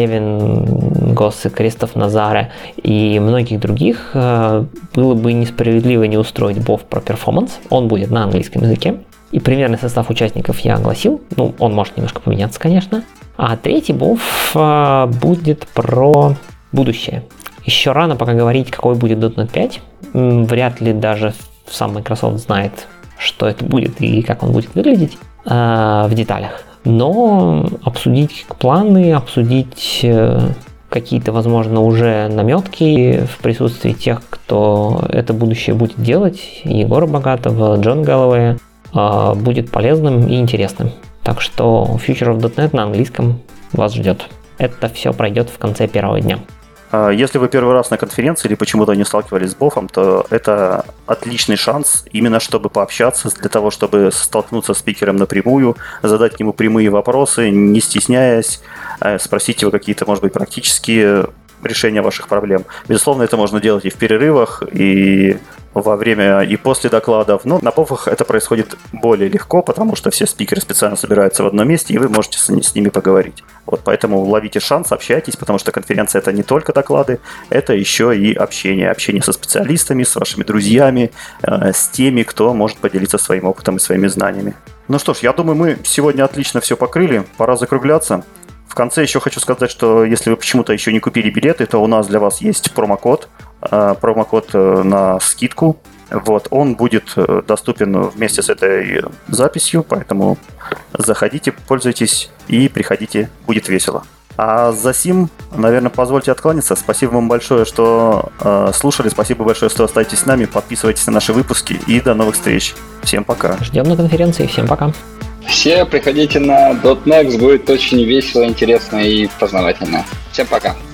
Кевин Госс и Кристоф Назаре и многих других. Было бы несправедливо не устроить боф про перформанс. Он будет на английском языке. И примерный состав участников я огласил. Он может немножко поменяться, конечно. А 3-й боф будет про будущее. Еще рано пока говорить, какой будет .NET 5. Вряд ли даже сам Microsoft знает, что это будет и как он будет выглядеть в деталях. Но обсудить планы, обсудить какие-то, возможно, уже наметки в присутствии тех, кто это будущее будет делать, Егора Богатого, Джон Гэллоуэя, будет полезным и интересным. Так что Future of .NET на английском вас ждет. Это все пройдет в конце первого дня. Если вы первый раз на конференции или почему-то не сталкивались с бофом, то это отличный шанс именно чтобы пообщаться, для того, чтобы столкнуться с спикером напрямую, задать ему прямые вопросы, не стесняясь, спросить его какие-то, может быть, практические решения ваших проблем. Безусловно, это можно делать и в перерывах, и во время и после докладов. Но на бофах это происходит более легко, потому что все спикеры специально собираются в одном месте, и вы можете с ними поговорить. Вот поэтому ловите шанс, общайтесь, потому что конференция — это не только доклады, это еще и общение. Общение со специалистами, с вашими друзьями, с теми, кто может поделиться своим опытом и своими знаниями. Ну что ж, я думаю, мы сегодня отлично все покрыли. Пора закругляться. В конце еще хочу сказать, что если вы почему-то еще не купили билеты, то у нас для вас есть промокод на скидку. Вот, он будет доступен вместе с этой записью, поэтому заходите, пользуйтесь и приходите, будет весело. А за сим, наверное, позвольте откланяться. Спасибо вам большое, что слушали, спасибо большое, что остаетесь с нами, подписывайтесь на наши выпуски и до новых встреч. Всем пока. Ждем на конференции, всем пока. Все приходите на .next, будет очень весело, интересно и познавательно. Всем пока.